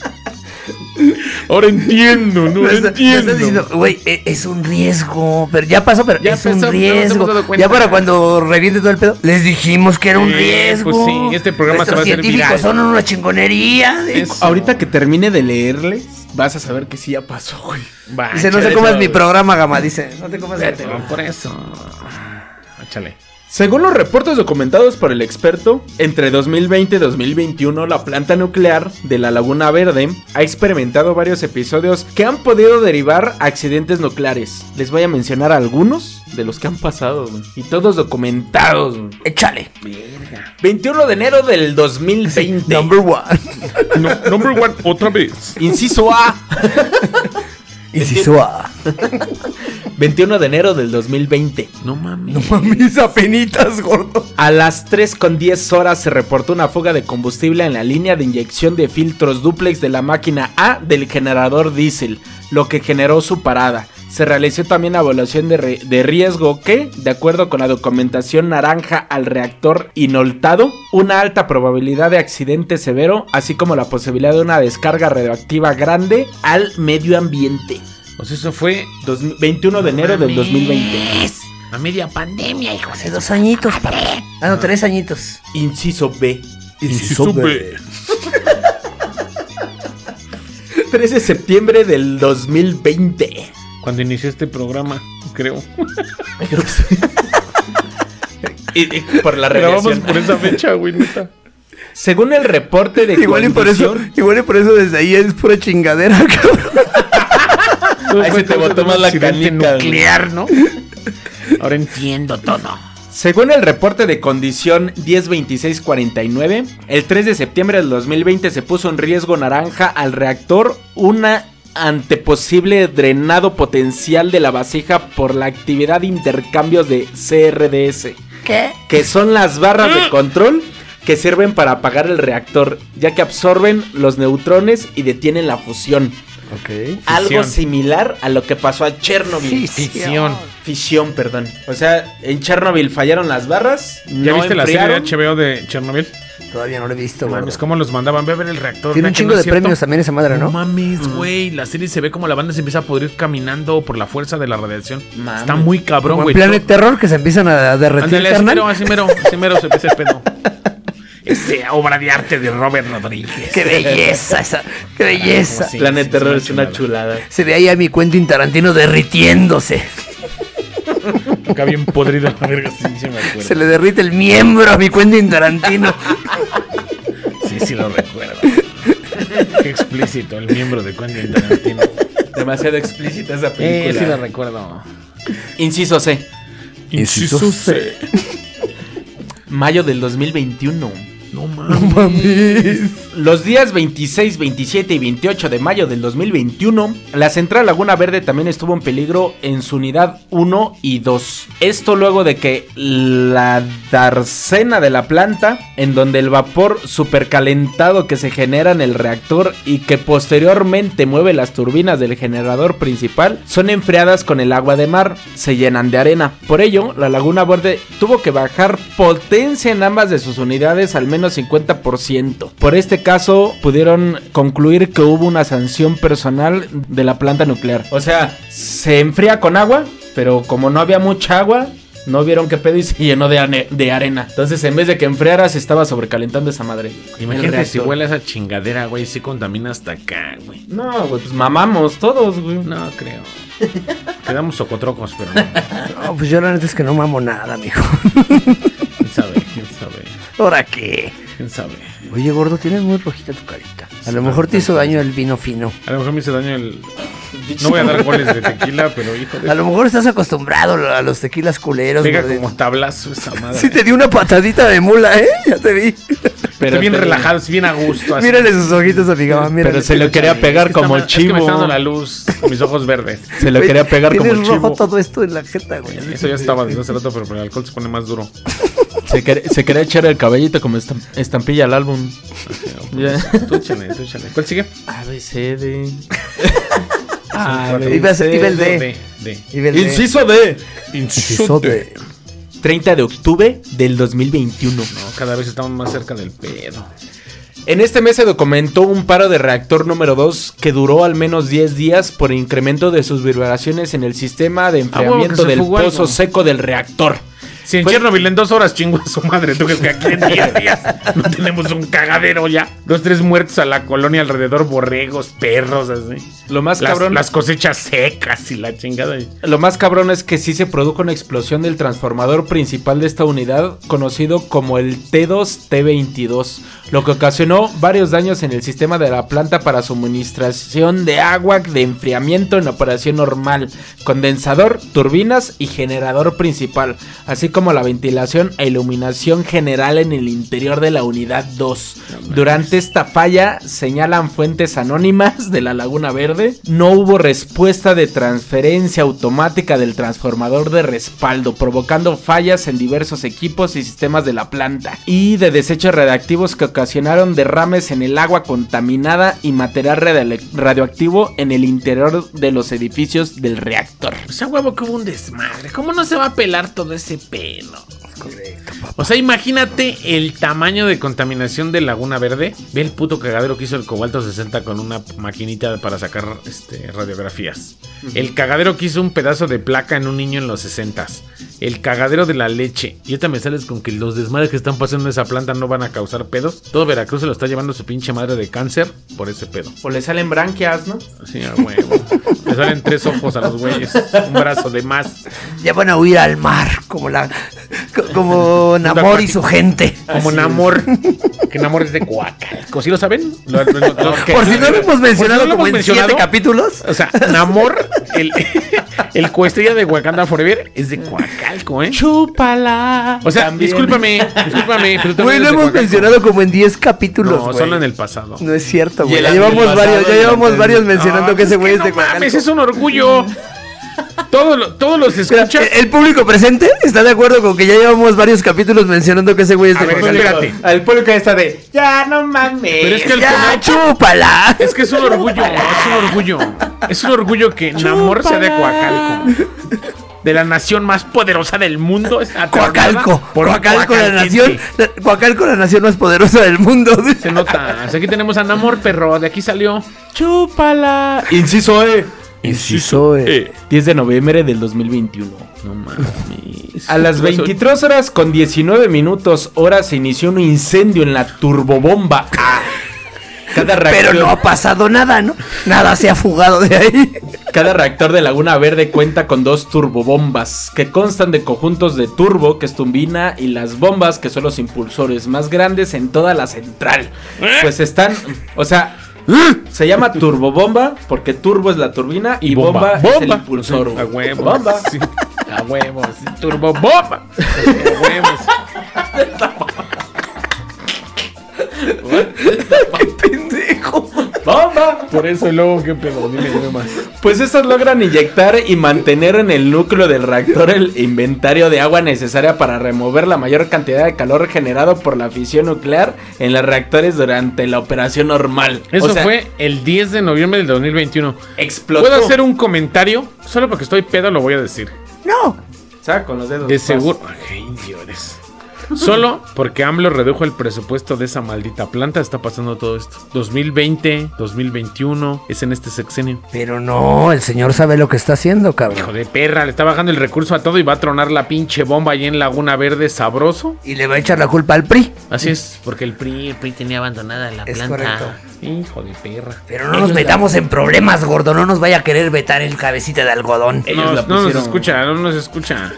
S2: Ahora entiendo, no
S3: Estás
S2: entiendo.
S3: diciendo, güey, es un riesgo. Pero ya pasó, pero
S2: Ya
S3: es un
S2: pasó, pero no nos
S3: riesgo.
S2: hemos dado cuenta.
S3: Ya para cuando reviente todo el pedo, les dijimos que era un riesgo.
S2: Pues sí, este programa se va a hacer
S3: científicos
S2: viral.
S3: son una chingonería.
S1: ahorita que termine de leerles, vas a saber que sí ya pasó, güey.
S2: Va,
S3: Dice, no te
S2: échale
S3: comas
S2: eso,
S3: mi
S2: güey.
S3: programa, Gama. Dice, no te comas
S2: Vete, va, por eso. Échale.
S1: Según los reportes documentados por el experto, entre 2020 y 2021 la planta nuclear de la Laguna Verde ha experimentado varios episodios que han podido derivar a accidentes nucleares. Les voy a mencionar algunos de los que han pasado, güey, y todos documentados, güey.
S3: Échale.
S1: 21 de enero del 2020.
S3: Number one.
S2: Number one, otra vez.
S1: Inciso A.
S3: Inciso A.
S1: 21 de enero del 2020.
S2: No mames.
S3: No mames, apenitas, gordo.
S1: A las 3:10 se reportó una fuga de combustible en la línea de inyección de filtros dúplex de la máquina A del generador diésel, lo que generó su parada. Se realizó también evaluación de riesgo que, de acuerdo con la documentación naranja al reactor inoltado, una alta probabilidad de accidente severo, así como la posibilidad de una descarga radioactiva grande al medio ambiente.
S2: Pues eso fue
S1: 21 de enero del 2020.
S2: a media pandemia, hijo.
S3: Hace 2 añitos, papá. Ah, no, 3 añitos.
S1: Inciso B.
S3: Inciso B.
S1: 3 de septiembre del 2020.
S2: Cuando inició este programa, creo.
S1: Creo que sí. y por la
S2: Grabamos
S1: radiación.
S2: por esa fecha, güey, neta.
S1: Según el reporte de
S3: Igual y por eso desde ahí es pura chingadera, cabrón.
S1: Ahí se te botó más la
S2: accidente
S1: canica,
S2: nuclear, ¿no? Ahora entiendo todo.
S1: Según el reporte de condición 102649, el 3 de septiembre del 2020 se puso en riesgo naranja al reactor ante posible drenado potencial de la vasija por la actividad de intercambios de CRDS.
S3: ¿Qué?
S1: Que son las barras de control que sirven para apagar el reactor, ya que absorben los neutrones y detienen la fusión.
S3: Ok.
S1: Algo similar a lo que pasó a Chernobyl. Fisión, perdón. O sea, en Chernobyl fallaron las barras.
S2: ¿Ya
S1: no
S2: viste la
S1: enfriaron.
S2: serie de HBO de Chernobyl?
S3: Todavía no lo he visto, güey.
S2: Mames, cómo los mandaban. Ve a ver el reactor.
S3: Tiene un
S2: ¿verdad que
S3: chingo
S2: no
S3: de
S2: es cierto?
S3: premios también esa madre,
S2: No
S3: ¿no?
S2: mames, güey. La serie se ve como la banda se empieza a pudrir caminando por la fuerza de la radiación.
S1: Mames.
S2: Está muy cabrón,
S3: Como
S2: güey.
S3: en Planet Terror que se empiezan a derretir,
S2: Ándale,
S3: carnal.
S2: así mero se empieza el pedo. Ese obra de arte de Robert Rodríguez.
S3: Qué belleza esa. Qué belleza.
S2: Sí,
S1: Planet
S2: sí,
S1: Terror
S2: es
S1: es
S2: una
S1: una chulada.
S3: Se ve ahí a mi Quentin Tarantino derritiéndose.
S2: Acá bien podrido la verga, sí me acuerdo.
S3: Se le derrite el miembro a mi Quentin Tarantino.
S2: Sí lo recuerdo. Qué explícito, el miembro de Quentin Tarantino.
S1: Demasiado explícita esa película.
S2: Sí lo recuerdo.
S1: Inciso C.
S3: Inciso C.
S1: Mayo del 2021.
S2: No mames.
S1: Los días 26, 27 y 28 de mayo del 2021, la central Laguna Verde también estuvo en peligro en su unidad 1 y 2. Esto luego de que la dársena de la planta, en donde el vapor supercalentado que se genera en el reactor y que posteriormente mueve las turbinas del generador principal, son enfriadas con el agua de mar, se llenan de arena. Por ello, la Laguna Verde tuvo que bajar potencia en ambas de sus unidades al menos 50%. Por este caso pudieron concluir que hubo una sanción personal de la planta nuclear. O sea, se enfría con agua, pero como no había mucha agua, No vieron qué pedo y se llenó de arena. Entonces, en vez de que enfriara, se estaba sobrecalentando esa madre. El
S2: Imagínate si
S1: reactor.
S2: huele esa chingadera, güey, si contamina hasta acá, güey.
S1: No, güey, pues mamamos todos, güey.
S2: No creo. Quedamos socotrocos, pero no.
S3: No, pues yo la neta es que no mamo nada, mijo.
S2: ¿Quién sabe? ¿Quién sabe?
S3: ¿Ahora qué?
S2: ¿Quién sabe?
S3: Oye, gordo, tienes muy rojita tu carita. A lo mejor te hizo daño el vino fino.
S2: A lo mejor me hizo daño el... No voy a dar goles de tequila, pero hijo de...
S3: A lo mejor estás acostumbrado a los tequilas culeros.
S2: Pega
S3: gordito.
S2: como tablazo esa madre.
S3: Sí te dio una patadita de mula, ¿eh? Ya te vi.
S2: Estoy bien relajado, estoy bien a gusto. Así.
S3: Mírale sus ojitos a mi gama, mírale.
S1: Pero se lo quería pegar
S2: Es que
S1: como
S2: está- Es que me
S1: chivo.
S2: está dando la luz con mis ojos verdes.
S1: Se lo quería pegar como
S3: Tienes rojo
S1: chivo.
S3: todo esto en la jeta, güey.
S2: Eso ya estaba desde hace rato, pero por el alcohol se pone más duro.
S1: Se quería echar el cabellito como estampilla al álbum. Ya.
S2: Tú échale, tú échale. ¿Cuál sigue?
S1: A, B, C, D.
S3: Iba el D.
S2: D.
S3: Iba el D.
S1: Inciso D.
S3: Inciso D.
S1: 30 de octubre del 2021.
S2: No, cada vez estamos más cerca del pedo.
S1: En este mes se documentó un paro de reactor número 2 que duró al menos 10 días por incremento de sus vibraciones en el sistema de
S2: huevo, que
S1: enfriamiento
S2: se
S1: del
S2: fugó
S1: pozo
S2: algo.
S1: seco del reactor.
S2: Si en
S1: Fue-
S2: Chernobyl en 2 horas chingó a su madre, ¿tú crees que aquí en 10 días no tenemos un cagadero ya? 2, 3 muertos a la colonia alrededor, borregos, perros, así.
S1: Lo más cabrón,
S2: Las cosechas secas y la chingada.
S1: lo más cabrón es que sí se produjo una explosión del transformador principal de esta unidad, conocido como el T2-T22, lo que ocasionó varios daños en el sistema de la planta para suministración de agua de enfriamiento en operación normal, condensador, turbinas y generador principal, así como la ventilación e iluminación general en el interior de la unidad 2. Durante esta falla, señalan fuentes anónimas de la Laguna Verde, no hubo respuesta de transferencia automática del transformador de respaldo, provocando fallas en diversos equipos y sistemas de la planta, y de desechos radiactivos que ocasionaron derrames en el agua contaminada y material radioactivo en el interior de los edificios del reactor.
S2: O sea, huevo, que hubo un desmadre. ¿Cómo no se va a pelar todo ese pelo? Correcto, papá. O sea, imagínate el tamaño de contaminación de Laguna Verde. Ve el puto cagadero que hizo el Cobalto 60 con una maquinita para sacar radiografías. El cagadero que hizo un pedazo de placa en un niño en los 60s. El cagadero de la leche. Y ahorita me sales con que los desmadres que están pasando en esa planta no van a causar pedos. Todo Veracruz se lo está llevando su pinche madre de cáncer por ese pedo.
S1: O le salen branquias, ¿no?
S2: Así a huevo. Le salen 3 ojos a los güeyes. Un brazo de más.
S3: Ya van a huir al mar, como Namor y su gente.
S2: Como
S1: Así
S2: Namor. Que Namor es de Coacalco. ¿Sí lo saben?
S3: Por si no lo hemos mencionado como en 7 capítulos.
S2: O sea, Namor, el coestrella de Wakanda Forever, es de Coacalco, ¿eh?
S1: Chúpala.
S2: O sea,
S1: También.
S2: discúlpame. Pero tú
S3: Güey,
S2: también
S3: lo
S2: eres de
S3: hemos
S2: Coacalco.
S3: mencionado como en 10 capítulos,
S2: No,
S3: güey.
S2: solo en el pasado.
S3: No es cierto,
S1: Y
S3: güey.
S1: el
S3: Ya
S1: año
S3: llevamos
S1: pasado,
S3: varios,
S1: y
S3: ya
S1: el
S3: llevamos
S1: anterior.
S3: varios mencionando
S2: No,
S3: que ese
S2: es
S3: güey es de
S2: no mames,
S3: Coacalco.
S2: es un orgullo. Todos los
S3: Mira,
S2: escuchas.
S3: el público presente está de acuerdo con que ya llevamos varios capítulos mencionando que ese güey es
S2: A
S3: de
S2: ver,
S3: Coacalco.
S2: espérate.
S1: Al público está de ya no mames.
S2: Pero es que el
S3: ¡Ya,
S2: final-
S3: chúpala!
S2: Es que es un orgullo, es un orgullo. Es un orgullo que Namor sea de Coacalco. De la nación más poderosa del mundo. Es
S3: Coacalco.
S2: por un
S3: Coacalco, la
S2: coacalquense.
S3: nación. Coacalco, la nación más poderosa del mundo.
S2: Se nota. O sea, aquí tenemos a Namor, perro. De aquí salió.
S1: Chúpala. Inciso E.
S3: Inciso
S1: 10 de noviembre del 2021.
S2: No mames.
S1: A las 23 horas con 19 minutos hora se inició un incendio en la turbobomba A. Cada reactor,
S3: Pero no ha pasado nada, ¿no? Nada se ha fugado de ahí.
S1: cada reactor de Laguna Verde cuenta con 2 turbobombas que constan de conjuntos de turbo, que es turbina, y las bombas, que son los impulsores más grandes en toda la central. Pues están, o sea, se llama turbobomba porque turbo es la turbina y bomba es el impulsor.
S2: Sí, a huevo.
S1: Bomba.
S2: Sí, a huevos. Turbo bomba. A huevos.
S3: Pendejo.
S1: ¡Bomba!
S2: Por eso y luego, ¿qué pedo? Dime más.
S1: Pues estos logran inyectar y mantener en el núcleo del reactor el inventario de agua necesaria para remover la mayor cantidad de calor generado por la fisión nuclear en los reactores durante la operación normal.
S2: Eso
S1: O sea,
S2: fue el 10 de noviembre del 2021.
S1: explotó.
S2: ¿Puedo hacer un comentario? Solo porque estoy pedo lo voy a decir.
S3: No.
S1: O sea, con los dedos.
S2: De seguro. Ay, llores. Solo porque AMLO redujo el presupuesto de esa maldita planta está pasando todo esto. 2020, 2021, es en este sexenio.
S3: Pero no, el señor sabe lo que está haciendo, cabrón.
S2: Hijo de perra, le está bajando el recurso a todo y va a tronar la pinche bomba ahí en Laguna Verde sabroso.
S3: Y le va a echar la culpa al PRI.
S2: Así es, porque el PRI tenía abandonada la
S3: Es
S2: planta.
S3: correcto.
S2: Hijo de perra.
S3: Pero no nos metamos en problemas, gordo. No nos vaya a querer vetar el cabecita de algodón.
S1: Ellos
S2: No,
S1: la
S2: no nos
S1: pusieron.
S2: escucha, no nos escucha.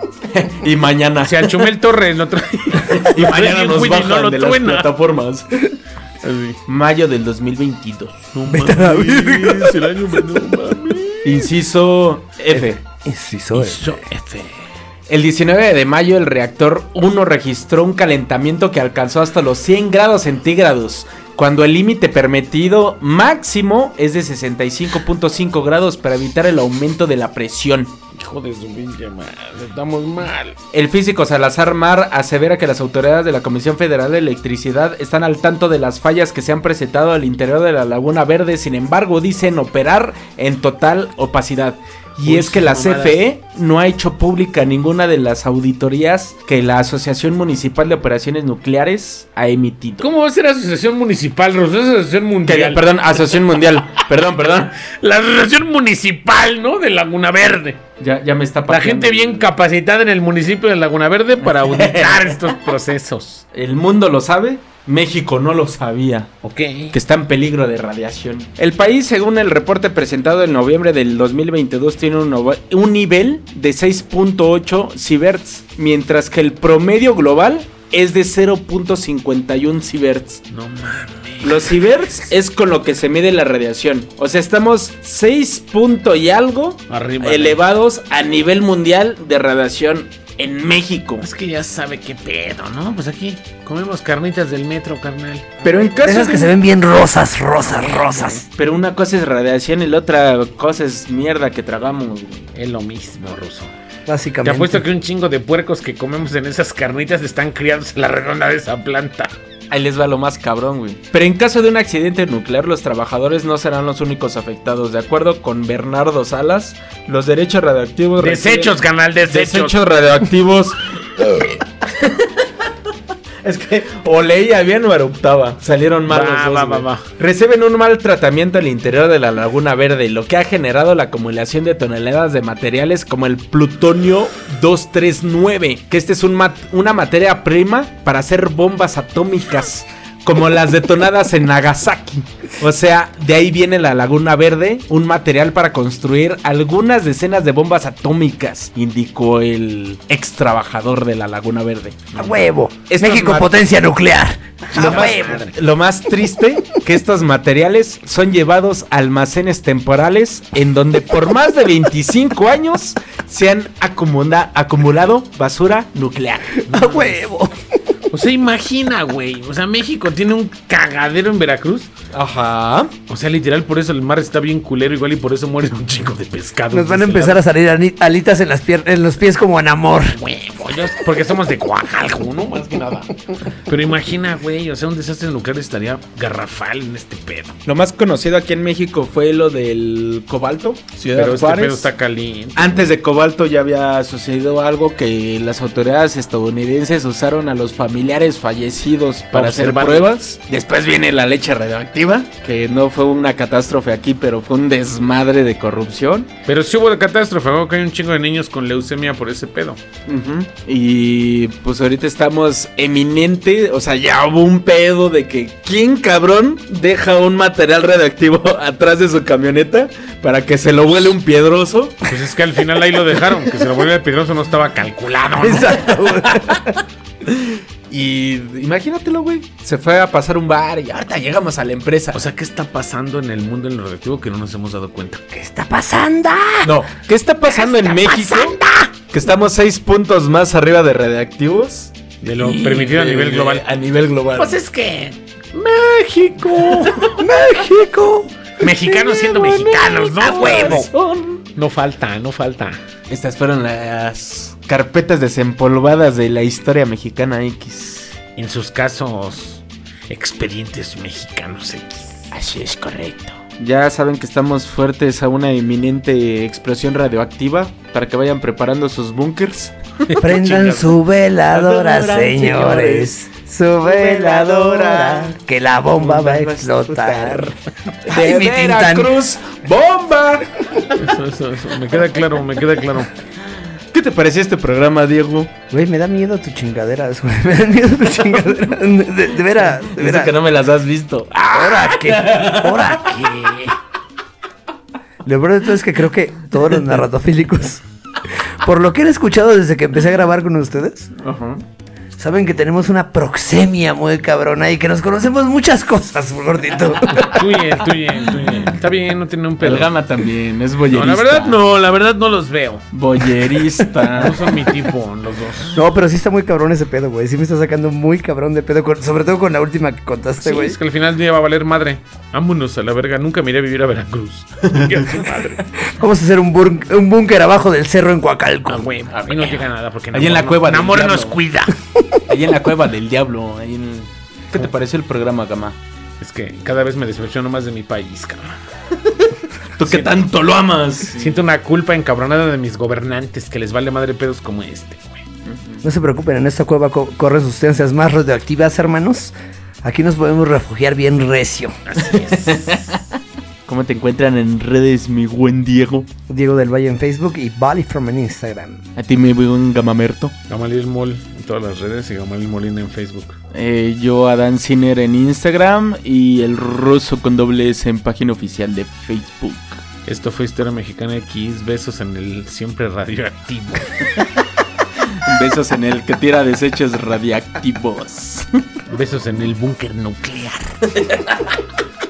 S1: Y mañana.
S2: Si al Chumel Torres lo trae.
S1: Y mañana nos
S2: Willy
S1: bajan
S2: no lo
S1: de las
S2: truena.
S1: plataformas.
S2: Así.
S1: Mayo del 2022.
S2: No mames, el año, no mames.
S1: Inciso F.
S3: Inciso
S2: Hizo F.
S1: El 19 de mayo el reactor 1 registró un calentamiento que alcanzó hasta los 100 grados centígrados, cuando el límite permitido máximo es de 65.5 grados para evitar el aumento de la presión.
S2: Hijo de su pinche madre, estamos mal.
S1: El físico Salazar Mar asevera que las autoridades de la Comisión Federal de Electricidad están al tanto de las fallas que se han presentado al interior de la Laguna Verde, sin embargo dicen operar en total opacidad. Y
S2: Uy,
S1: es que la
S2: mamadas.
S1: CFE no ha hecho pública ninguna de las auditorías que la Asociación Municipal de Operaciones Nucleares ha emitido.
S2: ¿Cómo va a ser asociación municipal, Rosa? Es asociación mundial.
S1: Perdón, Asociación Mundial. Perdón.
S2: La asociación municipal, ¿no? De Laguna Verde.
S1: Ya me está
S2: La
S1: pateando.
S2: gente bien capacitada en el municipio de Laguna Verde para auditar estos procesos.
S1: El mundo lo sabe, México no lo sabía.
S2: Ok.
S1: Que está en peligro de radiación. El país, según el reporte presentado en noviembre del 2022, tiene un nivel de 6.8 sieverts, mientras que el promedio global es de 0.51 sieverts.
S2: No mames.
S1: Los sieverts es con lo que se mide la radiación. O sea, estamos 6 punto y algo
S2: Arriba.
S1: elevados a nivel mundial de radiación en México.
S2: Es que ya sabe qué pedo, ¿no? Pues aquí comemos carnitas del metro, carnal.
S1: Pero en caso
S3: Esas
S1: de-
S3: que se ven bien rosas.
S1: Pero una cosa es radiación y la otra cosa es mierda que tragamos, güey.
S2: Es lo mismo, Ruso. Te
S3: Básicamente.
S2: apuesto que un chingo de puercos que comemos en esas carnitas están criados en la redonda de esa planta.
S1: Ahí les va lo más cabrón, güey. Pero en caso de un accidente nuclear, los trabajadores no serán los únicos afectados. De acuerdo con Bernardo Salas, los derechos radioactivos...
S2: Desechos, canal, desechos.
S1: Desechos radioactivos... Es que o leía bien o eruptaba. Salieron mal los dos, güey.
S2: Va.
S1: Reciben un mal tratamiento al interior de la Laguna Verde, lo que ha generado la acumulación de toneladas de materiales como el plutonio 239, que este es una materia prima para hacer bombas atómicas, como las detonadas en Nagasaki. O sea, de ahí viene la Laguna Verde, un material para construir algunas decenas de bombas atómicas, indicó el ex trabajador de la Laguna Verde.
S3: A huevo.
S1: Estas
S3: México
S1: ma-
S3: potencia nuclear. A huevo.
S1: Lo más triste que estos materiales son llevados a almacenes temporales en donde por más de 25 años se han acumulado basura nuclear.
S3: A huevo.
S2: O sea, imagina, güey. O sea, México tiene un cagadero en Veracruz.
S1: Ajá.
S2: O sea, literal, por eso el mar está bien culero igual y por eso mueren un chico de pescado.
S3: Nos van a empezar a salir alitas en, en los pies como en amor.
S2: Porque somos de Coajalco, ¿no? Más que nada. Pero imagina, güey, o sea, un desastre nuclear estaría garrafal en este pedo.
S1: Lo más conocido aquí en México fue lo del cobalto. Ciudad
S2: Pero este
S1: Juárez.
S2: pedo está caliente.
S1: Antes de cobalto ya había sucedido algo que las autoridades estadounidenses usaron a los familiares fallecidos para hacer
S2: observar.
S1: pruebas. Después viene la leche radioactiva, que no fue una catástrofe aquí, pero fue un desmadre de corrupción.
S2: Pero sí hubo de catástrofe, güey, que hay un chingo de niños con leucemia por ese pedo.
S1: Ujú. Y pues ahorita estamos eminente, o sea, ya hubo un pedo de que ¿quién cabrón deja un material radioactivo atrás de su camioneta para que se lo vuele un piedroso?
S2: Pues es que al final ahí lo dejaron, que se lo vuelve pedroso no estaba calculado, ¿no?
S3: Exacto, güey.
S1: Y imagínatelo, güey. Se fue a pasar un bar y ahorita llegamos a la empresa.
S2: O sea, ¿qué está pasando en el mundo en lo radioactivo que no nos hemos dado cuenta?
S3: ¿Qué está pasando?
S1: No, ¿qué está pasando en México? Que estamos 6 puntos más arriba de radiactivos.
S2: De lo permitido a nivel global.
S1: A nivel global.
S2: Pues es que
S3: México. México.
S2: mexicanos siendo mexicanos, ¿no?
S3: A huevo.
S2: No falta, no falta.
S1: Estas fueron las carpetas desempolvadas de la historia mexicana X.
S2: En sus casos, expedientes mexicanos X.
S1: Así es correcto. Ya saben que estamos fuertes a una inminente explosión radioactiva para que vayan preparando sus búnkers.
S3: Prendan su veladora, señores. Su veladora, que la bomba va a explotar.
S1: De Veracruz, bomba.
S2: Eso. Me queda claro.
S1: ¿Qué te pareció este programa, Diego?
S3: Güey, me da miedo tu chingadera, güey. Me da miedo tu chingadera. De veras.
S1: Dice que no me las has visto.
S3: ¿Ahora qué? Lo peor de todo es que creo que todos los narratofílicos, por lo que han escuchado desde que empecé a grabar con ustedes,
S1: Ajá.
S3: saben que tenemos una proxemia muy cabrona y que nos conocemos muchas cosas, gordito.
S2: Tú bien. Está bien, no tiene un pedo.
S1: El Gama también, es
S2: No,
S1: boyerista.
S2: la verdad no los veo.
S1: Boyerista.
S2: No son mi tipo, los dos.
S3: No, pero sí está muy cabrón ese pedo, güey. Sí me está sacando muy cabrón de pedo, sobre todo con la última que contaste,
S2: Sí,
S3: güey.
S2: es que al final del día va a valer madre. Vámonos a la verga, nunca me iré a vivir a Veracruz. Qué madre.
S3: Vamos a hacer un búnker abajo del cerro en Coacalco.
S2: Ah, güey, a mí no llega nada porque
S1: Ahí en la cueva del
S2: Namor nos
S1: diablo.
S2: cuida.
S1: Ahí en la cueva del diablo. ¿Qué te pareció el programa, Gama?
S2: Es que cada vez me decepciono más de mi país, cabrón.
S1: ¿Tú qué tanto lo amas?
S2: Siento una culpa encabronada de mis gobernantes que les vale madre pedos como este, güey.
S3: No se preocupen, en esta cueva corren sustancias más radioactivas, hermanos. Aquí nos podemos refugiar bien recio.
S2: Así es.
S1: ¿Cómo te encuentran en redes, mi buen Diego?
S3: Diego del Valle en Facebook y Balifrom en Instagram.
S1: A ti, mi buen Gamamerto.
S2: Gamaliel Mol en todas las redes y Gamaliel Molina en Facebook.
S1: Yo, Adán Ciner en Instagram y el ruso con doble S en página oficial de Facebook.
S2: Esto fue Historia Mexicana X. Besos en el siempre radioactivo.
S1: Besos en el que tira desechos radiactivos.
S2: Besos en el búnker nuclear.